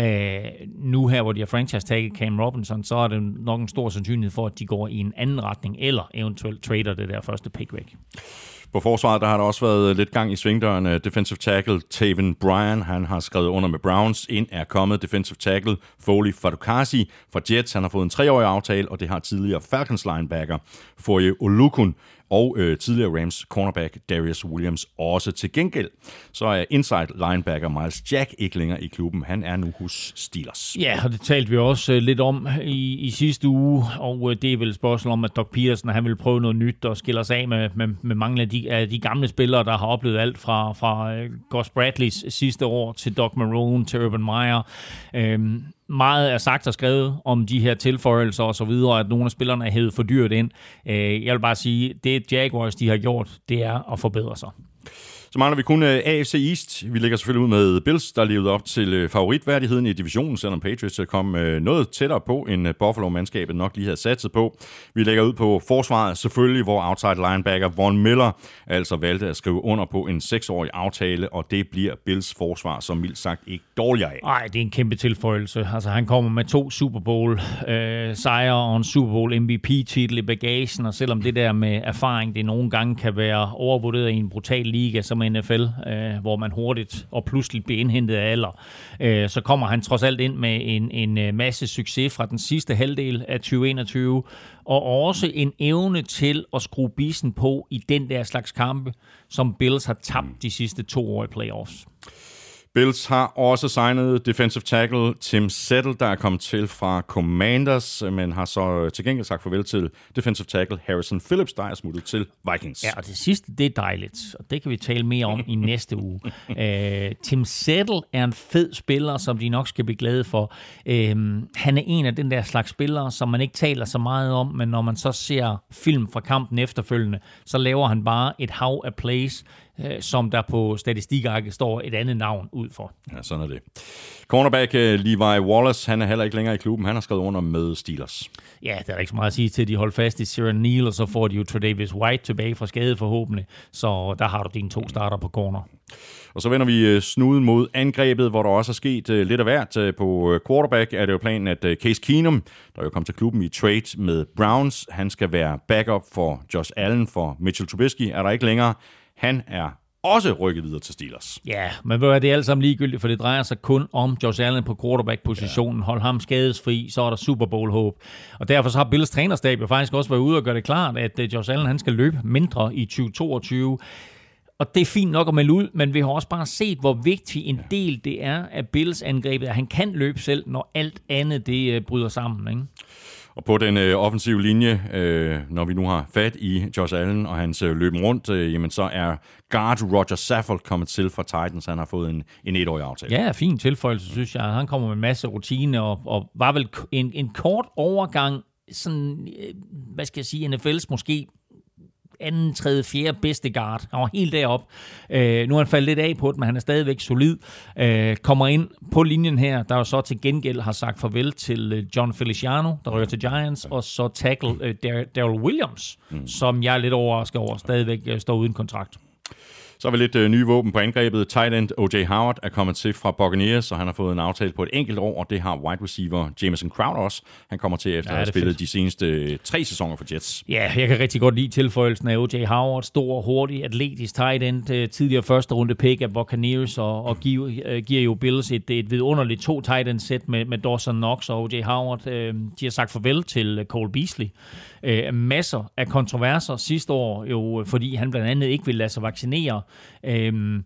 Uh, nu her, hvor de har franchise-tagget Cam Robinson, så er det nok en stor sandsynlighed for, at de går i en anden retning, eller eventuelt trader det der første pick væk. På forsvaret, der har der også været lidt gang i svingdøren. Defensive tackle Taven Bryan, han har skrevet under med Browns. Ind er kommet defensive tackle Foley Fatukasi fra Jets. Han har fået en treårig aftale, og det har tidligere Falcons linebacker Foye Olukun og øh, tidligere Rams cornerback Darius Williams også. Til gengæld så er inside linebacker Miles Jack ikke længere i klubben. Han er nu hos Steelers. Ja, og det talte vi også øh, lidt om i, i sidste uge, og øh, det er vel et spørgsmål om, at Doug Peterson han vil prøve noget nyt og skiller sig af med, med, med mange af de, af de gamle spillere, der har oplevet alt fra, fra øh, Gus Bradleys sidste år til Doug Marrone til Urban Meyer. Øhm, Meget er sagt og skrevet om de her tilføjelser og så videre, at nogle af spillerne er hævet for dyrt ind. Jeg vil bare sige, det Jaguars de har gjort, det er at forbedre sig. Så mangler vi kun A F C East. Vi lægger selvfølgelig ud med Bills, der levede op til favoritværdigheden i divisionen, selvom Patriots kom noget tættere på, end Buffalo-mandskabet nok lige havde satset på. Vi lægger ud på forsvaret selvfølgelig, hvor outside linebacker Von Miller altså valgte at skrive under på en seksårig aftale, og det bliver Bills forsvar, som mildt sagt ikke dårligere af. Nej, det er en kæmpe tilføjelse. Altså, han kommer med to Super Bowl-sejre øh, og en Super Bowl M V P-titel i bagagen, og selvom det der med erfaring, det nogle gange kan være overvurderet i en brutal liga, som N F L, øh, hvor man hurtigt og pludselig bliver indhentet af alder, øh, så kommer han trods alt ind med en, en masse succes fra den sidste halvdel af tyve enogtyve, og også en evne til at skrue bisen på i den der slags kampe, som Bills har tabt de sidste to år i playoffs. Bills har også signet defensive tackle Tim Settle, der er kommet til fra Commanders, men har så til gengæld sagt farvel til defensive tackle Harrison Phillips, der er smuttet til Vikings. Ja, og det sidste, det er dejligt, og det kan vi tale mere om i næste uge. Uh, Tim Settle er en fed spiller, som de nok skal blive glade for. Uh, han er en af den der slags spillere, som man ikke taler så meget om, men når man så ser film fra kampen efterfølgende, så laver han bare et hav af plays, som der på statistikarket står et andet navn ud for. Ja, sådan er det. Cornerback Levi Wallace, han er heller ikke længere i klubben. Han har skrevet under med Steelers. Ja, der er ikke så meget at sige til, at de holder fast i Ciaran Neal, og så får de jo Tre'Davious White tilbage fra skade forhåbentlig. Så der har du dine to starter på corner. Og så vender vi snuden mod angrebet, hvor der også er sket lidt af hvert. På quarterback er det jo planen, at Case Keenum, der jo kom til klubben i trade med Browns, han skal være backup for Josh Allen, for Mitchell Trubisky er der ikke længere. Han er også rykket videre til Steelers. Ja, men det er alt sammen ligegyldigt, for det drejer sig kun om Josh Allen på quarterback-positionen. Ja. Hold ham skadesfri, så er der Super Bowl-håb. Og derfor så har Bills trænerstab jo faktisk også været ude og gøre det klart, at Josh Allen han skal løbe mindre i tyve toogtyve. Og det er fint nok at melde ud, men vi har også bare set, hvor vigtig en del det er af Bills angrebet, at han kan løbe selv, når alt andet det bryder sammen, ikke? Og på den øh, offensive linje, øh, når vi nu har fat i Josh Allen og hans øh, løben rundt, øh, jamen så er guard Roger Saffold kommet til fra Titans. Han har fået en, en etårig aftale. Ja, fin tilføjelse, synes jeg. Han kommer med en masse rutine og, og var vel en, en kort overgang, sådan, hvad skal jeg sige, N F L's måske anden, tredje, fjerde bedste guard. Han var helt deroppe. Øh, nu er han faldet lidt af på det, men han er stadigvæk solid. Øh, kommer ind på linjen her, der jo så til gengæld har sagt farvel til John Feliciano, der rykker til Giants, og så tackle øh, Darrell Williams, mm. som jeg er lidt overrasket over, stadigvæk øh, står uden kontrakt. Så er vi lidt øh, nye våben på angrebet. Tight end O J Howard er kommet til fra Buccaneers, og han har fået en aftale på et enkelt år, og det har wide receiver Jamison Crowder også. Han kommer til efter ja, at have spillet fedt. de seneste øh, tre sæsoner for Jets. Ja, jeg kan rigtig godt lide tilføjelsen af O J Howard. Stor, hurtig, atletisk tight end. Tidligere første runde pick af Buccaneers, og, og giver, øh, giver jo Bills et, et vidunderligt to tight end sæt med, med Dawson Knox og O J Howard. Øh, de har sagt farvel til Cole Beasley. Øh, masser af kontroverser sidste år, jo, fordi han blandt andet ikke ville lade sig vaccinere. Øhm,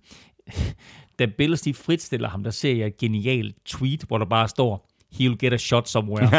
da Bills de fritstiller ham, der ser jeg et genialt tweet, hvor der bare står, he'll get a shot somewhere.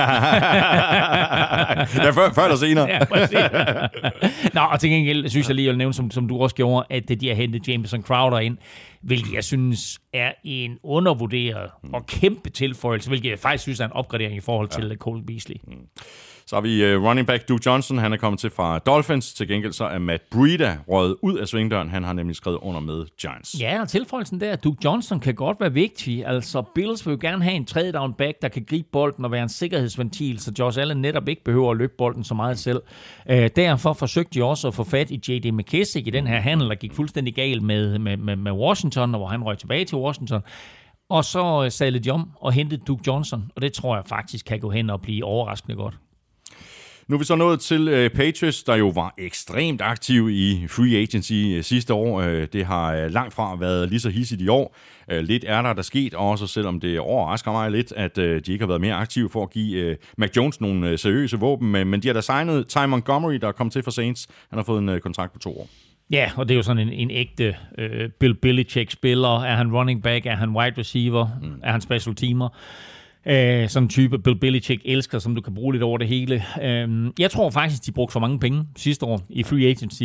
Ja, før, før eller senere. Ja, Nå, og til gengæld synes jeg lige at nævne, som, som du også gjorde, at de har hentet Jamison Crowder ind. hvilket jeg synes er en undervurderet og kæmpe tilføjelse, hvilket jeg faktisk synes er en opgradering i forhold til ja. Cole Beasley. Mm. Så har vi uh, running back Duke Johnson, han er kommet til fra Dolphins. Til gengæld så er Matt Breida røget ud af svingdøren. Han har nemlig skrevet under med Giants. Ja, og tilføjelsen der, Duke Johnson kan godt være vigtig. Altså, Bills vil jo gerne have en tredje down back, der kan gribe bolden og være en sikkerhedsventil, så Josh Allen netop ikke behøver at løbe bolden så meget selv. Uh, derfor forsøgte de også at få fat i J D McKissick i den her handel, der gik fuldstændig galt med, med, med, med Washington, og hvor han røg tilbage til Washington. Og så sadlede de om og hentede Duke Johnson, og det tror jeg faktisk kan gå hen og blive overraskende godt. Nu er vi så nået til uh, Patriots, der jo var ekstremt aktiv i free agency uh, sidste år. Uh, det har uh, langt fra været lige så hissigt i år. Uh, lidt er der, der sket, også selvom det overrasker mig lidt, at uh, de ikke har været mere aktive for at give uh, Mac Jones nogle uh, seriøse våben. Men, men de har da signet Ty Montgomery, der er kommet til for Saints. Han har fået en uh, kontrakt på to år. Ja, og det er jo sådan en, en ægte uh, Bill Belichick-spiller. Er han running back? Er han wide receiver? Mm. Er han special teamer? Uh, sådan en type Bill Belichick elsker, som du kan bruge lidt over det hele. Uh, jeg tror faktisk, de brugte for mange penge sidste år i free agency.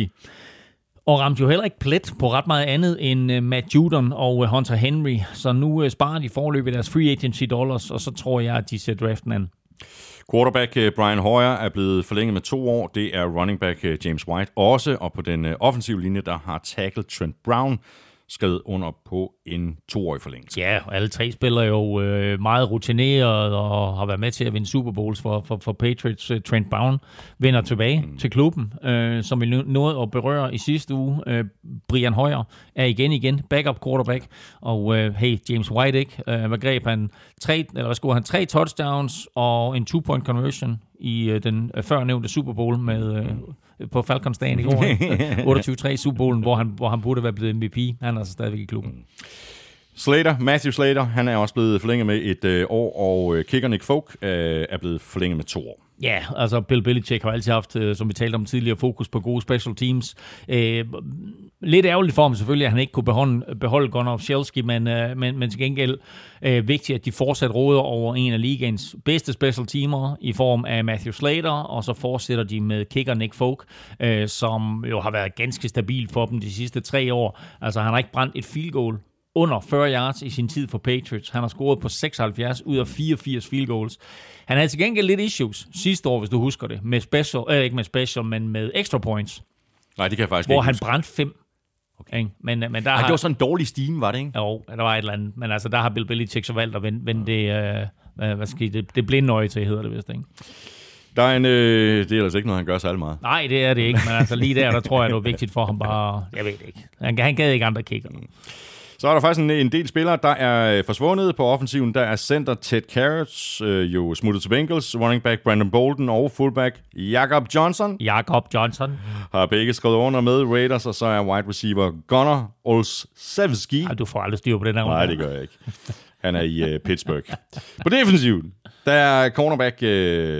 Og ramte jo heller ikke plet på ret meget andet end uh, Matt Judon og uh, Hunter Henry. Så nu uh, sparer de forløbet deres free agency dollars, og så tror jeg, at de ser draften an. Quarterback uh, Brian Hoyer er blevet forlænget med to år. Det er running back uh, James White også. Og på den uh, offensive linje, der har tackle Trent Brown skrevet under på en toårig forlængelse. Ja, og alle tre spiller jo øh, meget rutineret og har været med til at vinde Super Bowls for, for, for Patriots. Trent Brown vender tilbage mm. til klubben, øh, som vi nåede at berøre i sidste uge. Øh, Brian Hoyer er igen igen backup quarterback, og øh, hey, James White ikke? Øh, hvad greb han? Tre, eller hvad skulle han? Tre touchdowns og en two-point conversion i øh, den øh, førnævnte Super Bowl med øh, på Falcons-dagen i går. otteogtyve tre Super Bowlen, hvor han, hvor han burde være blevet M V P. Han er altså stadigvæk i klubben. Mm. Slater, Matthew Slater, han er også blevet forlænget med et øh, år, og øh, kicker Nick Folk øh, er blevet forlænget med to år. Ja, altså Bill Belichick har altid haft, som vi talte om tidligere, fokus på gode special teams. Øh, lidt ærgerligt for ham selvfølgelig, at han ikke kunne beholde, beholde Gunnar Olszewski, men, øh, men, men til gengæld øh, vigtigt, at de fortsat råder over en af ligaens bedste special teamer i form af Matthew Slater, og så fortsætter de med kicker Nick Folk, øh, som jo har været ganske stabil for dem de sidste tre år. Altså han har ikke brændt et field goal under fyrre yards i sin tid for Patriots. Han har scoret på seksoghalvfjerds ud af fireogfirs field goals. Han havde til gengæld lidt issues sidste år, hvis du husker det, med special, øh, ikke med special, men med extra points. Nej, det kan jeg faktisk hvor ikke han huske. brændte fem. Okay. Men, men der Ej, har, det var sådan en dårlig stime, var det ikke? Jo, der var et eller andet. Men altså, der har Bill Belichick så valgt at vende, vende det, øh, hvad skal det, det blinde øje til, hedder det vist, ikke? Der er en, øh, det er ellers ikke noget, han gør særlig meget. Nej, det er det ikke, men altså lige der, der tror jeg, det var vigtigt for ham bare, jeg ved det ikke. Han, han gad ikke andre kicker. Mm. Så er der faktisk en, en del spillere, der er forsvundet på offensiven. Der er center Ted Karras øh, jo smuttet til Bengals, running back Brandon Bolden og fullback Jakob Johnson. Jakob Johnson. Har begge skrevet under med Raiders, og så er wide receiver Gunnar Olszewski. Ej, du får aldrig styr på den her. Nej, det gør jeg ikke. Han er i uh, Pittsburgh. På defensiven, der er cornerback uh,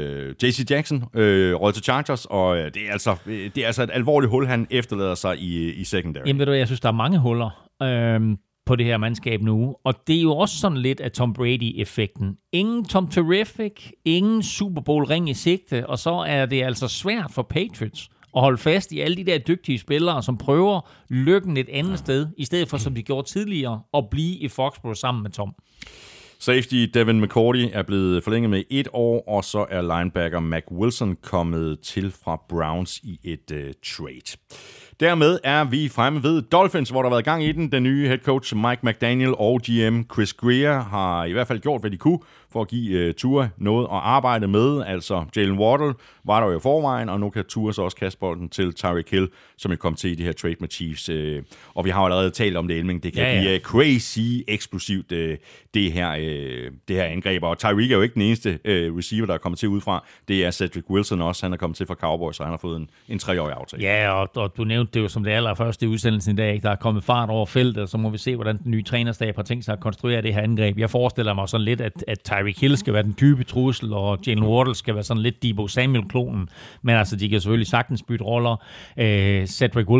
J C Jackson uh, røget til Chargers, og uh, det, er altså, det er altså et alvorligt hul, han efterlader sig i, i secondary. Jamen ved du, jeg synes, der er mange huller øhm, på det her mandskab nu, og det er jo også sådan lidt af Tom Brady-effekten. Ingen Tom Terrific, ingen Super Bowl-ring i sigte, og så er det altså svært for Patriots at holde fast i alle de der dygtige spillere, som prøver lykken et andet sted, i stedet for, som de gjorde tidligere, at blive i Foxborough sammen med Tom. Safety Devin McCourty er blevet forlænget med et år, og så er linebacker Mac Wilson kommet til fra Browns i et uh, trade. Dermed er vi fremme ved Dolphins, hvor der har været gang i den. Den nye head coach Mike McDaniel og G M Chris Grier har i hvert fald gjort, hvad de kunne for at give uh, Tua noget at arbejde med. Altså Jalen Waddle var der jo i forvejen, og nu kan Tua så også kaste bolden til Tyreek Hill, som er kommet til i det her trade med Chiefs. Uh, og vi har jo allerede talt om det, Elming. Det kan ja, ja. blive crazy eksplosivt, uh, det, her, uh, det her angreb. Og Tyreek er jo ikke den eneste uh, receiver, der er kommet til udefra. Det er Cedric Wilson også. Han er kommet til fra Cowboys, så han har fået en, en treårig aftale. Ja, og, og du nævnte det jo som det allerførste i udsendelsen i dag. Der er kommet fart over feltet, så må vi se, hvordan den nye trænerstab har tænkt sig at konstruere det her angreb. Jeg forestiller mig sådan lidt, at, at Tyreek Hill skal være den dybe trussel, og Jalen Waddle skal være sådan lidt Deebo Samuel-klonen. Men altså, de kan selvfølgelig sagtens bytte roller. Øh, Cedric Wilson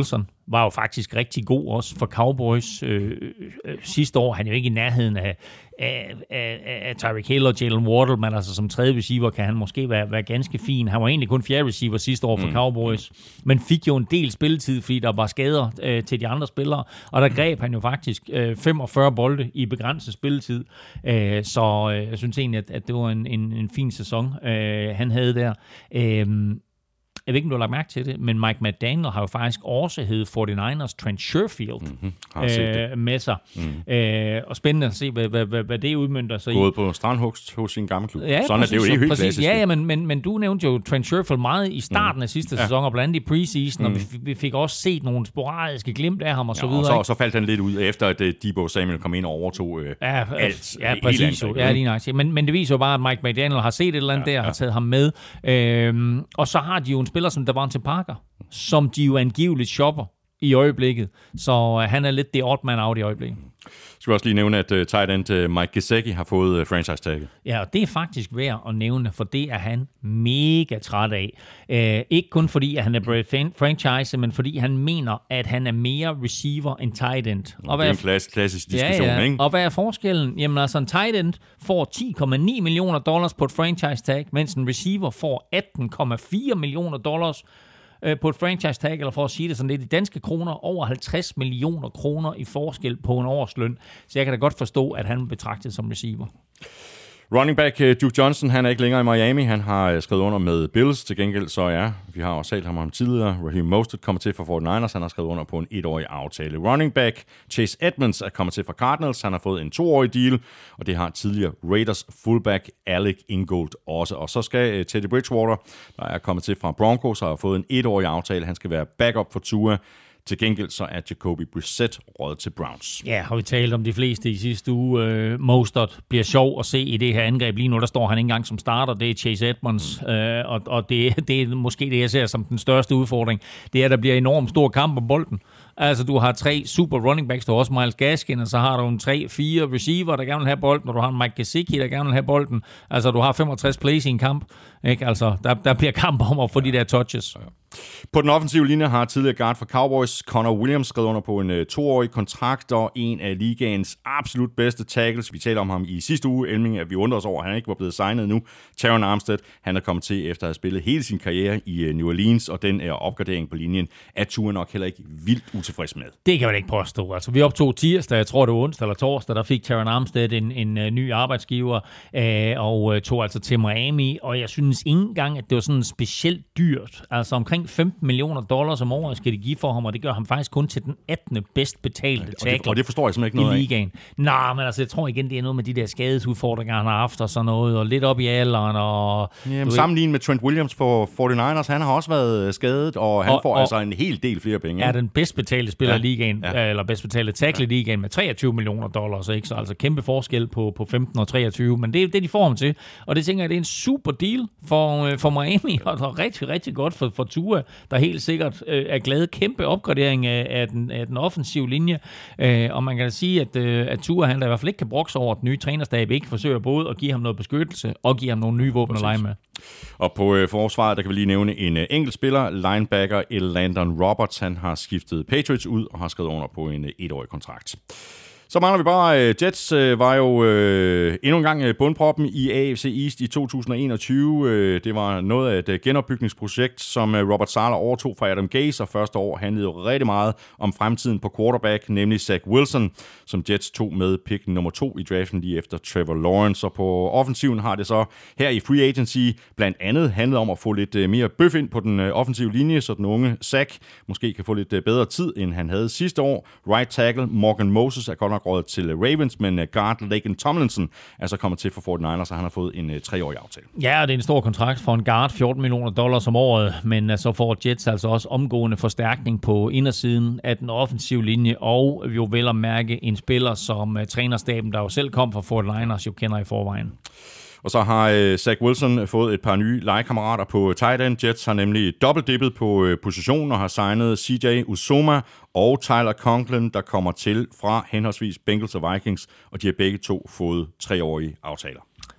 var jo faktisk rigtig god også for Cowboys øh, øh, sidste år. Han er jo ikke i nærheden af, af, af, af Tyreek Hill og Jalen Waddle, men altså som tredje receiver kan han måske være, være ganske fin. Han var egentlig kun fjerde receiver sidste år for mm. Cowboys, men fik jo en del spilletid, fordi der var skader øh, til de andre spillere, og der greb han jo faktisk øh, femogfyrre bolde i begrænset spilletid. Øh, så øh, jeg synes egentlig, at, at det var en, en, en fin sæson, øh, han havde der. Øh, Jeg ved ikke, om du har lagt mærke til det, men Mike McDaniel har jo faktisk også heddet forty-niners Trent Sherfield mm-hmm. øh, med sig. Mm. Øh, og spændende at se, hvad, hvad, hvad, hvad det udmønter sig i. Gået på strandhugst hos sin gamle klub. Ja, sådan præcis, er det jo ikke helt klassisk. Ja, ja, men, men, men du nævnte jo Trent Sherfield meget i starten mm. af sidste ja. sæson, og blandt andet i preseason, mm. og vi, vi fik også set nogle sporadiske glimt af ham og så ja, videre. Og så, og så faldt han lidt ud, efter at uh, Deebo Samuel kom ind og overtog uh, ja, alt. Ja, præcis. Ja, lige nok. Men, men det viser jo bare, at Mike McDaniel har set et eller andet ja, der, og ja. har taget ham med. Øhm, og så har de jo en spiller som Davante Parker, som de jo angiveligt shopper i øjeblikket. Så uh, han er lidt det odd man out i øjeblikket. Skal vi også lige nævne, at uh, tight end uh, Mike Gesicki har fået uh, franchise-tagget. Ja, og det er faktisk værd at nævne, for det er han mega træt af. Uh, ikke kun fordi, at han er bread franchise, men fordi han mener, at han er mere receiver end tight end. Og det er en klassisk, klassisk diskussion, ja, ja. ikke? Og hvad er forskellen? Jamen altså, en tight end får ti komma ni millioner dollars på et franchise-tag, mens en receiver får atten komma fire millioner dollars på et franchise-tag, eller for at sige det sådan lidt i danske kroner, over halvtreds millioner kroner i forskel på en årsløn. Så jeg kan da godt forstå, at han betragtet som receiver. Running back Duke Johnson, han er ikke længere i Miami. Han har skrevet under med Bills. Til gengæld så er, vi har også talt ham om tidligere, Raheem Mostert kommer til fra forty-niners. Han har skrevet under på en etårig aftale. Running back Chase Edmonds er kommet til fra Cardinals. Han har fået en toårig deal, og det har tidligere Raiders fullback Alec Ingold også. Og så skal Teddy Bridgewater, der er kommet til fra Broncos, har fået en etårig aftale. Han skal være backup for Tua. Til gengæld så er Jacoby Brissett røget til Browns. Ja, har vi talt om de fleste i sidste uge. Uh, Mostert bliver sjov at se i det her angreb. Lige nu, der står han ikke engang som starter. Det er Chase Edmonds, mm. uh, og, og det, det er måske det, jeg ser som den største udfordring. Det er, at der bliver enormt stor kamp om bolden. Altså, du har tre super running backs, du har også Myles Gaskin, og så har du en tre fire receiver, der gerne vil have bolden, og du har en Mike Gesicki, der gerne vil have bolden. Altså, du har femogtres plays i en kamp. Ikke? Altså, der, der bliver kamp om at få de der touches. På den offensive linje har tidligere guard for Cowboys Connor Williams skrevet under på en uh, toårig kontrakt, og en af ligaens absolut bedste tackles. Vi taler om ham i sidste uge, Elming, at vi undrer os over, at han ikke var blevet signet nu. Terron Armstead, han er kommet til efter at have spillet hele sin karriere i uh, New Orleans, og den er opgradering på linjen er Tua nok heller ikke vildt utilfreds med. Det kan man ikke påstå. Altså, vi optog tirsdag, jeg tror det var onsdag eller torsdag, der fik Terron Armstead en, en, en ny arbejdsgiver, øh, og uh, tog altså til Miami, og jeg synes ikke engang, at det var sådan specielt dyrt. Altså omkring femten millioner dollars om året skal de give for ham, og det gør ham faktisk kun til den attende bedst betalte tackle. Og det, og det forstår jeg simpelthen ikke noget i ligaen. Nej, men altså, jeg tror igen, det er noget med de der skadesudfordringer, han har haft og sådan noget, og lidt op i alderen. Og, Jamen, sammenlignet med Trent Williams for forty-niners, han har også været skadet, og han og, får og, altså en hel del flere penge. Er den bedst betalte spiller ja, i ligaen, ja. eller bedst betalte tackle i ligaen med treogtyve millioner dollars, ikke? Så altså kæmpe forskel på, på femten og treogtyve, men det er det, de får ham til. Og det tænker jeg, det er en super deal for, for Miami, og det er rigtig, rigtig godt for, for Tua, der helt sikkert øh, er glad. Kæmpe opgradering af, af, den, af den offensive linje. Øh, og man kan sige, at, øh, at Tua, han der i hvert fald ikke kan brokse over, at den nye trænerstab ikke forsøger både at give ham noget beskyttelse og give ham nogle nye våben at lege med. Og på øh, forsvaret, der kan vi lige nævne en øh, enkelt spiller, linebacker Elandon Roberts. Han har skiftet Patriots ud og har skrevet under på en øh, etårig kontrakt. Så mangler vi bare, uh, Jets uh, var jo uh, endnu en gang uh, bundproppen i A F C East i to tusind og enogtyve. Uh, det var noget af et uh, genopbygningsprojekt, som uh, Robert Saleh overtog fra Adam Gase, og første år handlede jo rigtig meget om fremtiden på quarterback, nemlig Zach Wilson, som Jets tog med pick nummer to i draften lige efter Trevor Lawrence. Og på offensiven har det så her i free agency blandt andet handlet om at få lidt uh, mere bøf ind på den uh, offensive linje, så den unge Zach måske kan få lidt uh, bedre tid, end han havde sidste år. Right tackle Morgan Moses er godt nok rådet til Ravens, men guard Laken Tomlinson er så kommet til for forty-niners, så han har fået en uh, treårig aftale. Ja, det er en stor kontrakt for en guard, fjorten millioner dollars om året, men uh, så får Jets altså også omgående forstærkning på indersiden af den offensive linje, og jo vel at mærke en spiller som uh, trænerstaben, der jo selv kom fra forty-niners, jo kender i forvejen. Og så har øh, Zach Wilson fået et par nye legekammerater på tight end. Jets har nemlig dobbeltdippet på øh, positionen og har signet C J Uzomah og Tyler Conklin, der kommer til fra henholdsvis Bengals og Vikings, og de har begge to fået treårige aftaler.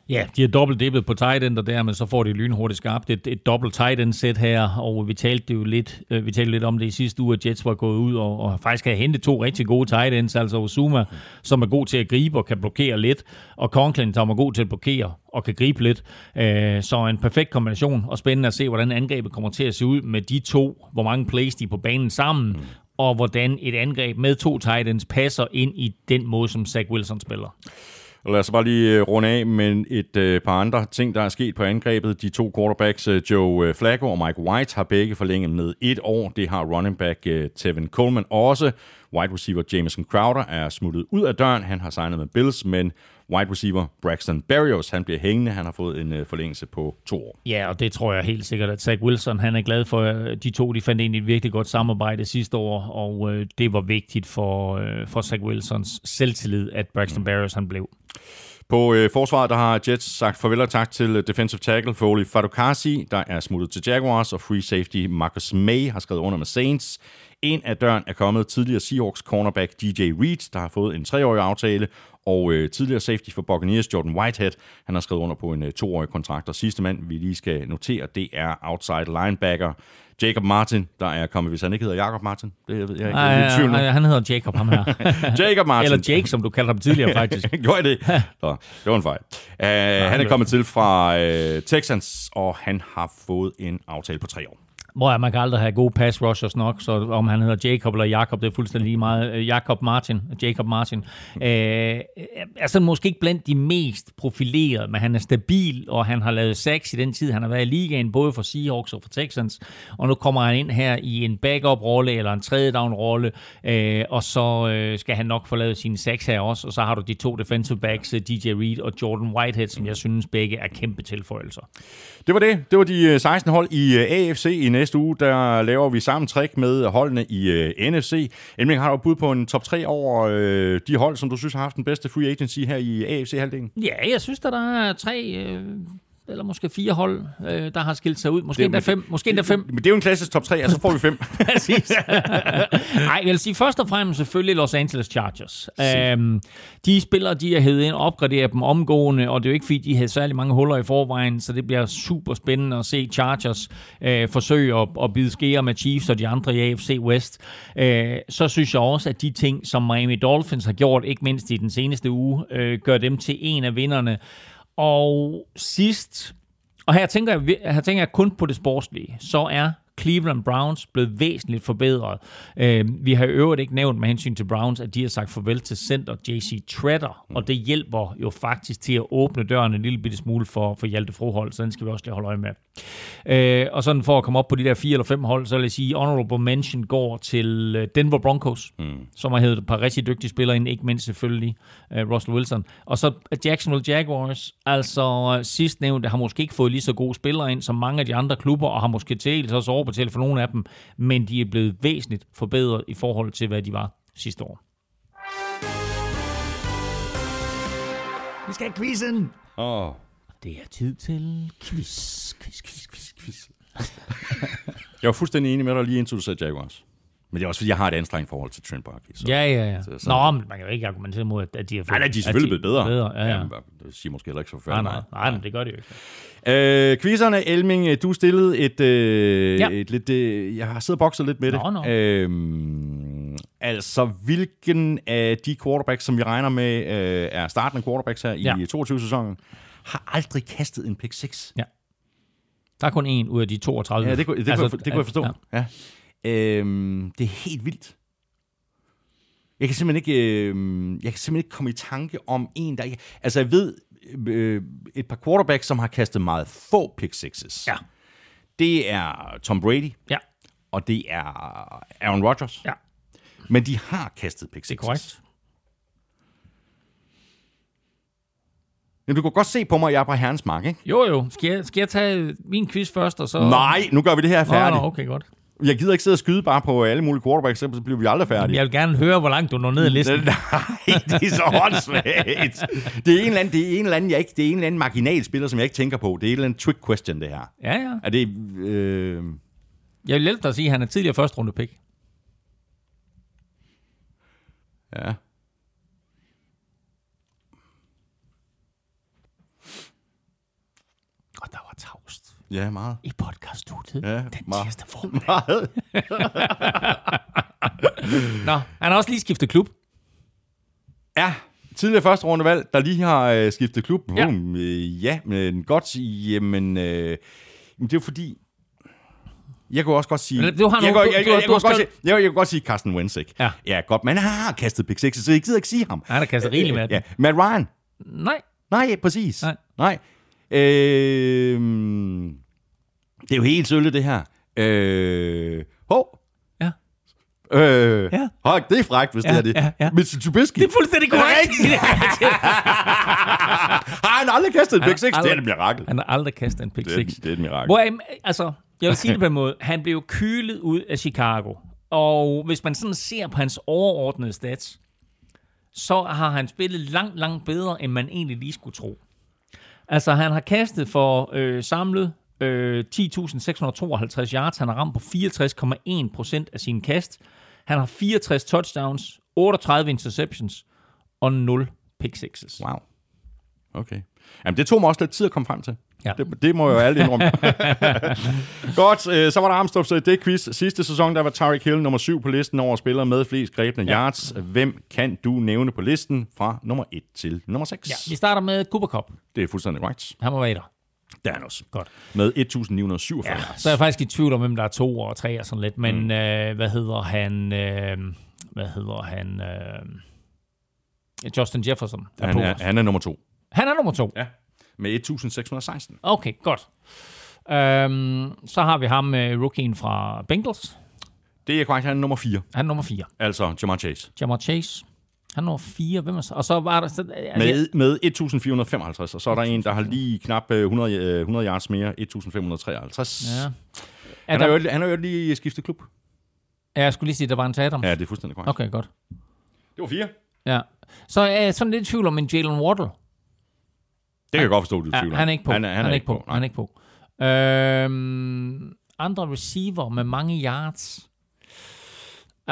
Ja, de har dobbelt dippet på tight ender der, men så får de lynhurtigt skarpt et, et dobbelt tight end sæt her, og vi talte det jo lidt, øh, vi talte lidt om det i sidste uge, at Jets var gået ud og, og faktisk har hentet to rigtig gode tight ends, altså Uzuma, som er god til at gribe og kan blokere lidt, og Conklin, som er god til at blokere og kan gribe lidt. Øh, så en perfekt kombination, og spændende at se, hvordan angrebet kommer til at se ud med de to, hvor mange plays de er på banen sammen, mm. og hvordan et angreb med to tight ends passer ind i den måde, som Zach Wilson spiller. Lad os bare lige runde af med et øh, par andre ting, der er sket på angrebet. De to quarterbacks, øh, Joe Flacco og Mike White, har begge forlænget med et år. Det har running back øh, Tevin Coleman også. Wide receiver Jamison Crowder er smuttet ud af døren. Han har signet med Bills, men wide receiver Braxton Berrios, han bliver hængende. Han har fået en øh, forlængelse på to år. Ja, og det tror jeg helt sikkert, at Zach Wilson, han er glad for. De to, de fandt egentlig et virkelig godt samarbejde sidste år, og øh, det var vigtigt for, øh, for Zach Wilsons selvtillid, at Braxton Berrios, han blev. På øh, forsvaret, der har Jets sagt farvel og tak til defensive tackle Foley Fatukasi, der er smuttet til Jaguars, og free safety Marcus May har skrevet under med Saints. En af døren er kommet tidligere Seahawks cornerback D J Reed, der har fået en treårig aftale, og øh, tidligere safety for Buccaneers Jordan Whitehead, han har skrevet under på en øh, toårig kontrakt. Og sidste mand, vi lige skal notere, det er outside linebacker Jacob Martin, der er kommet, hvis han ikke hedder Jacob Martin. Det ved jeg ikke. Nej, jeg ja, ja, han hedder Jacob, ham her. Jacob Martin. Eller Jake, som du kaldte ham tidligere, faktisk. Gjorde jeg det? Nå, det var en fejl. Uh, Nej, han er kommet til fra uh, Texans, og han har fået en aftale på tre år. Hvor man kan aldrig have gode pass rushers nok, så om han hedder Jacob eller Jakob, det er fuldstændig lige meget. Jacob Martin, Jacob Martin, øh, er sådan måske ikke blandt de mest profilerede, men han er stabil, og han har lavet sacks i den tid, han har været i ligaen, både for Seahawks og for Texans, og nu kommer han ind her i en backup-rolle, eller en tredje down-rolle, øh, og så øh, skal han nok få lavet sine sacks her også, og så har du de to defensive backs, D J Reed og Jordan Whitehead, som jeg synes begge er kæmpe tilføjelser. Det var det. Det var de seksten hold i A F C. I næste uge, der laver vi sammen træk med holdene i uh, N F C. Elming, har du bud på en top tre over uh, de hold, som du synes har haft den bedste free agency her i A F C-halvdelen? Ja, jeg synes, der er tre... Øh eller måske fire hold, øh, der har skilt sig ud. Måske endda fem. Måske endda fem. Men det er jo en klassisk top tre, og så får vi fem. Præcis. Nej, jeg vil sige først og fremmest selvfølgelig Los Angeles Chargers. Øhm, de spillere, de har hævet ind, opgraderet dem omgående, og det er jo ikke fordi, de havde særlig mange huller i forvejen, så det bliver super spændende at se Chargers øh, forsøge at, at bide skære med Chiefs og de andre i A F C West. Øh, så synes jeg også, at de ting, som Miami Dolphins har gjort, ikke mindst i den seneste uge, øh, gør dem til en af vinderne. Og sidst, og her tænker jeg, her tænker jeg kun på det sportslige, så er Cleveland Browns blevet væsentligt forbedret. Øh, vi har i øvrigt ikke nævnt med hensyn til Browns, at de har sagt farvel til center J C Tretter, mm. og det hjælper jo faktisk til at åbne døren en lille bitte smule for, for Hjalte Froholt, så den skal vi også lige holde øje med. Øh, og sådan for at komme op på de der fire eller fem hold, så vil jeg sige, honorable mention går til Denver Broncos, mm. som har hævet et par rigtig dygtige spillere ind, ikke mindst selvfølgelig uh, Russell Wilson. Og så Jacksonville Jaguars, altså sidstnævnte, har måske ikke fået lige så gode spillere ind som mange af de andre klubber, og har måske til også overbetalt for nogle af dem, men de er blevet væsentligt forbedret i forhold til, hvad de var sidste år. Vi skal have quizzen! Åh. Oh. Det er tid til quiz, quiz, quiz, quiz, quiz. Jeg var fuldstændig enig med dig lige indtil du sagde Jaguars. Men det er også fordi, jeg har et anstrengt forhold til Trent Barkley. Så. Ja, ja, ja. Så, så... Nå, men man kan jo ikke argumentere mod, at de er... Nej, nej, de er selvfølgelig blevet bedre. bedre. Ja, ja. Ja, det siger måske heller ikke så færdigt. Nej, nej, nej, men det gør det jo ikke. Øh, quizzerne, Elming, du stillede et, øh, ja. et lidt... Øh, jeg har siddet og bokset lidt med nå, det. Øh, altså, hvilken af de quarterbacks, som vi regner med, øh, er startende quarterbacks her ja. i toogtyve-sæsonen, har aldrig kastet en pick seks? Ja. Der er kun en ud af de toogtredive. Ja, det, det, det, altså, kunne, jeg, det kunne jeg forstå. Ja. Ja. Øhm, det er helt vildt. Jeg kan simpelthen ikke, øh, jeg kan simpelthen ikke komme i tanke om en, der ikke... Altså, jeg ved øh, et par quarterbacks, som har kastet meget få pick sixes. Ja. Det er Tom Brady. Ja. Og det er Aaron Rodgers. Ja. Men de har kastet pick sixes. Det er korrekt. Men du kan godt se på mig, at jeg er på herrens mark, ikke? Jo, jo. Skal jeg, skal jeg tage min quiz først, og så... Nej, nu gør vi det her færdigt. Nå, nå, okay, godt. Jeg gider ikke sidde og skyde bare på alle mulige quarterbacks, så bliver vi aldrig færdige. Jeg vil gerne høre, hvor langt du når ned i listen. Nej, det er så håndsvagt. Det er en eller anden, det er en eller anden, jeg ikke, det er en eller anden marginalspiller, som jeg ikke tænker på. Det er en eller anden trick question, det her. Ja, ja. Er det... Øh... Jeg vil hjælpe dig at sige, at han er tidligere første runde pick. Ja. Ja, meget. I podcaststudiet Ja, den meget. tirsdag formiddag. Meget. Nå, han har også lige skiftet klub. Ja, tidligere første rundevalg, der lige har øh, skiftet klub. Ja. Boom. Øh, ja, men godt. Jamen, øh, det er jo fordi... Jeg kunne også godt sige... Du har jeg, nogle- jeg, jeg, du- du- jeg, jeg, du har kunne godt skrevet- sige- jeg, jeg kunne godt sige Carsten Wentz, ikke? Ja. Ja, godt. Men han har kastet pick six, så jeg gider ikke sige ham. Han har kastet rigeligt med den. Ja. Matt Ryan. Nej. Nej, præcis. Nej. Nej. Øh, det er jo helt sølle, det her. Øh, hov. Ja. Øh, Ja. Hov, det er frækt, hvis Ja, det er det. ja, ja. mister Trubisky. Det er fuldstændig korrekt. Har han aldrig kastet en pick six? har Det er aldrig- et mirakel. Han har aldrig kastet en pick Det er, six. det er et mirakel. Hvor, øhm, altså, jeg vil sige det på en måde. Han blev kylet ud af Chicago. Og hvis man sådan ser på hans overordnede stats, så har han spillet langt, langt bedre, end man egentlig lige skulle tro. Altså, han har kastet for øh, samlet øh, ti tusind seks hundrede tooghalvtreds yards. Han har ramt på fireogtres komma en procent af sine kast. Han har fireogtres touchdowns, otteogtredive interceptions og nul pick sixes. Wow. Okay. Jamen, det tog mig også lidt tid at komme frem til. Ja. Det, det må jeg jo alle indrømme. Godt, øh, så var der Armstrong's det quiz. Sidste sæson, der var Tyreek Hill nummer syv på listen over spillere med flest grebne Ja. yards. Hvem kan du nævne på listen fra nummer et til nummer seks? Ja, vi starter med Cooper Kupp. Det er fuldstændig korrekt. Han må være der. Det er han også. Godt. Med et tusind ni hundrede syvogfyrre Ja, yards. så er jeg faktisk i tvivl om, hvem der er to og tre og sådan lidt. Men mm. øh, hvad hedder han? Øh, hvad hedder han? Øh, Justin Jefferson er han, på er, os. han er nummer to. Han er nummer to. Ja. Med et tusind seks hundrede seksten. Okay, godt. Øhm, så har vi ham med rookien fra Bengals. Det er korrekt, han er nummer fire. Han er nummer fire. Altså Jamar Chase. Jamar Chase. Han er nummer fire. Hvem er så? Og så var der... Så, altså, Med, med et tusind fire hundrede femoghalvtreds. Og så er der en, der har lige knap øh, hundrede, øh, hundrede yards mere. et tusind fem hundrede treoghalvtreds. ja. Han Er har der, jo han har jo lige skiftet klub. ja, jeg skulle lige sige, at der var en Tatum. Ja, det er fuldstændig korrekt. Okay, godt. Det var fire. Ja. Så er jeg sådan lidt i tvivl om en Jalen Waddle. Det kan jeg godt forstå, du Ja, tvivl om. han er ikke på. Han er, han er, ikke på. Han er ikke på. Øhm, andre receiver med mange yards. Øh,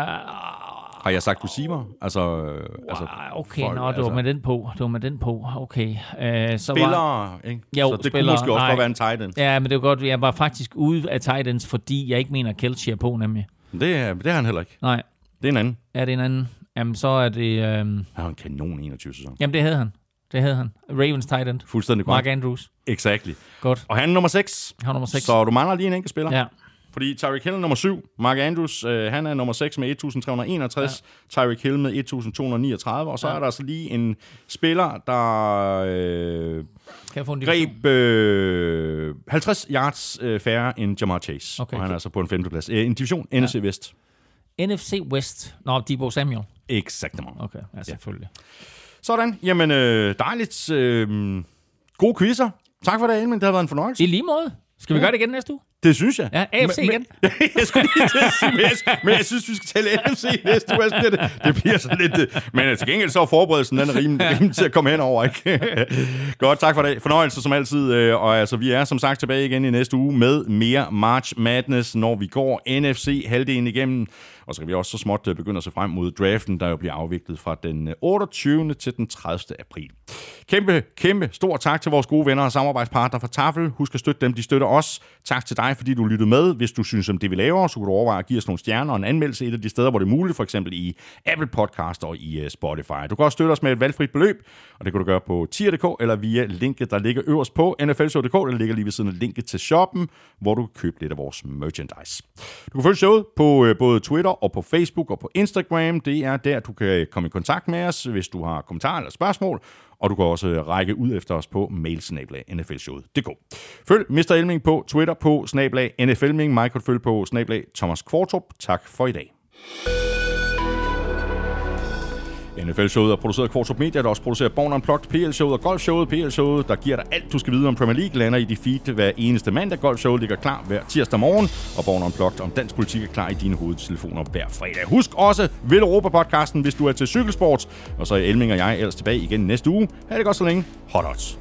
Har jeg sagt receiver? Altså, øh, altså okay, folk, nå, det var altså, med den på. Det var med den på. Okay. Øh, så var, spillere, ikke? Jo, så det spillere, kunne måske også nej. godt være en tight end. ja, men det var godt. Jeg var faktisk ude af tight ends, fordi jeg ikke mener, at Kelce er på, nemlig. Det, er, det har han heller ikke. Nej. Det er en anden. Er det en anden? Jamen, så er det... Øhm, Han har en kanon enogtyve sæson. jamen, det havde han. Det havde han. Ravens tight end. Fuldstændig Mark godt. Andrews. Exactly. Godt. Og han er nummer seks. Han er nummer seks. Så du mangler lige en enkelt spiller. Ja. Fordi Tyreek Hill er nummer syv. Mark Andrews, øh, han er nummer seks med et tusind tre hundrede enogtres. Ja. Tyreek Hill med et tusind to hundrede niogtredive. Og så ja. er der altså lige en spiller, der øh, Kan jeg få en division? greb øh, halvtreds yards øh, færre end Jamar Chase. Okay. Og han er altså på en femteplads. Øh, en division, ja. N F C Vest. N F C West. Nå, Debo Samuel. Exakt. Okay, ja, selvfølgelig. Sådan. Jamen, øh, dejligt. Øh, gode quizzer. Tak for det, Elmin. Det har været en fornøjelse. I lige måde. Skal vi gøre det igen næste uge? Det synes jeg. Ja, A F C Men- igen. Men, jeg skulle lige til at sige, men jeg, men jeg synes, vi skal tale N F C næste uge. ellers bliver Det, det bliver sådan lidt... øh, Men øh, til gengæld så er forberedelsen den er rimelig, rimelig til at komme hen over, ikke? Godt, tak for det. Fornøjelse som altid. øh, Og altså, vi er som sagt tilbage igen i næste uge med mere March Madness, når vi går N F C halvdelen igennem. Og så kan vi også så småt øh, begynde at se frem mod draften, der jo bliver afviklet fra den otteogtyvende til den tredivte april. Kæmpe, kæmpe stor tak til vores gode venner og samarbejdspartnere fra Tafel. Husk at støtte dem, de støtter os. Tak til dig, fordi du lyttede med. Hvis du synes om det, vi laver, så kan du overveje at give os nogle stjerner og en anmeldelse et af de steder, hvor det er muligt, for eksempel i Apple Podcast og i uh, Spotify. Du kan også støtte os med et valgfrit beløb, og det kan du gøre på tier punktum d k eller via linket, der ligger øverst på N F L show punktum d k, der ligger lige ved siden af linket til shoppen, hvor du kan købe lidt af vores merchandise. Du kan følge showet på uh, både Twitter og på Facebook og på Instagram. Det er der, du kan komme i kontakt med os, hvis du har kommentarer eller spørgsmål. Og du kan også række ud efter os på mail snabel-a n f l showet punktum d k. Følg mister Elming på Twitter på snabel-a N F Elming. Mig kan du følge på snabel-a Thomas Kvartrup. Tak for i dag. N F L-showet er produceret af Kvartrup Media, der også producerer Born Unplugged, P L-showet og Golf-showet. P L-showet, der giver dig alt, du skal vide om Premier League, lander i de feed hver eneste mandag. Golf-showet ligger klar hver tirsdag morgen, og Born Unplugged om dansk politik er klar i dine hovedtelefoner hver fredag. Husk også Vil Europa-podcasten, hvis du er til cykelsport. Og så er Elming og jeg ellers tilbage igen næste uge. Ha' det godt så længe. Hot odds.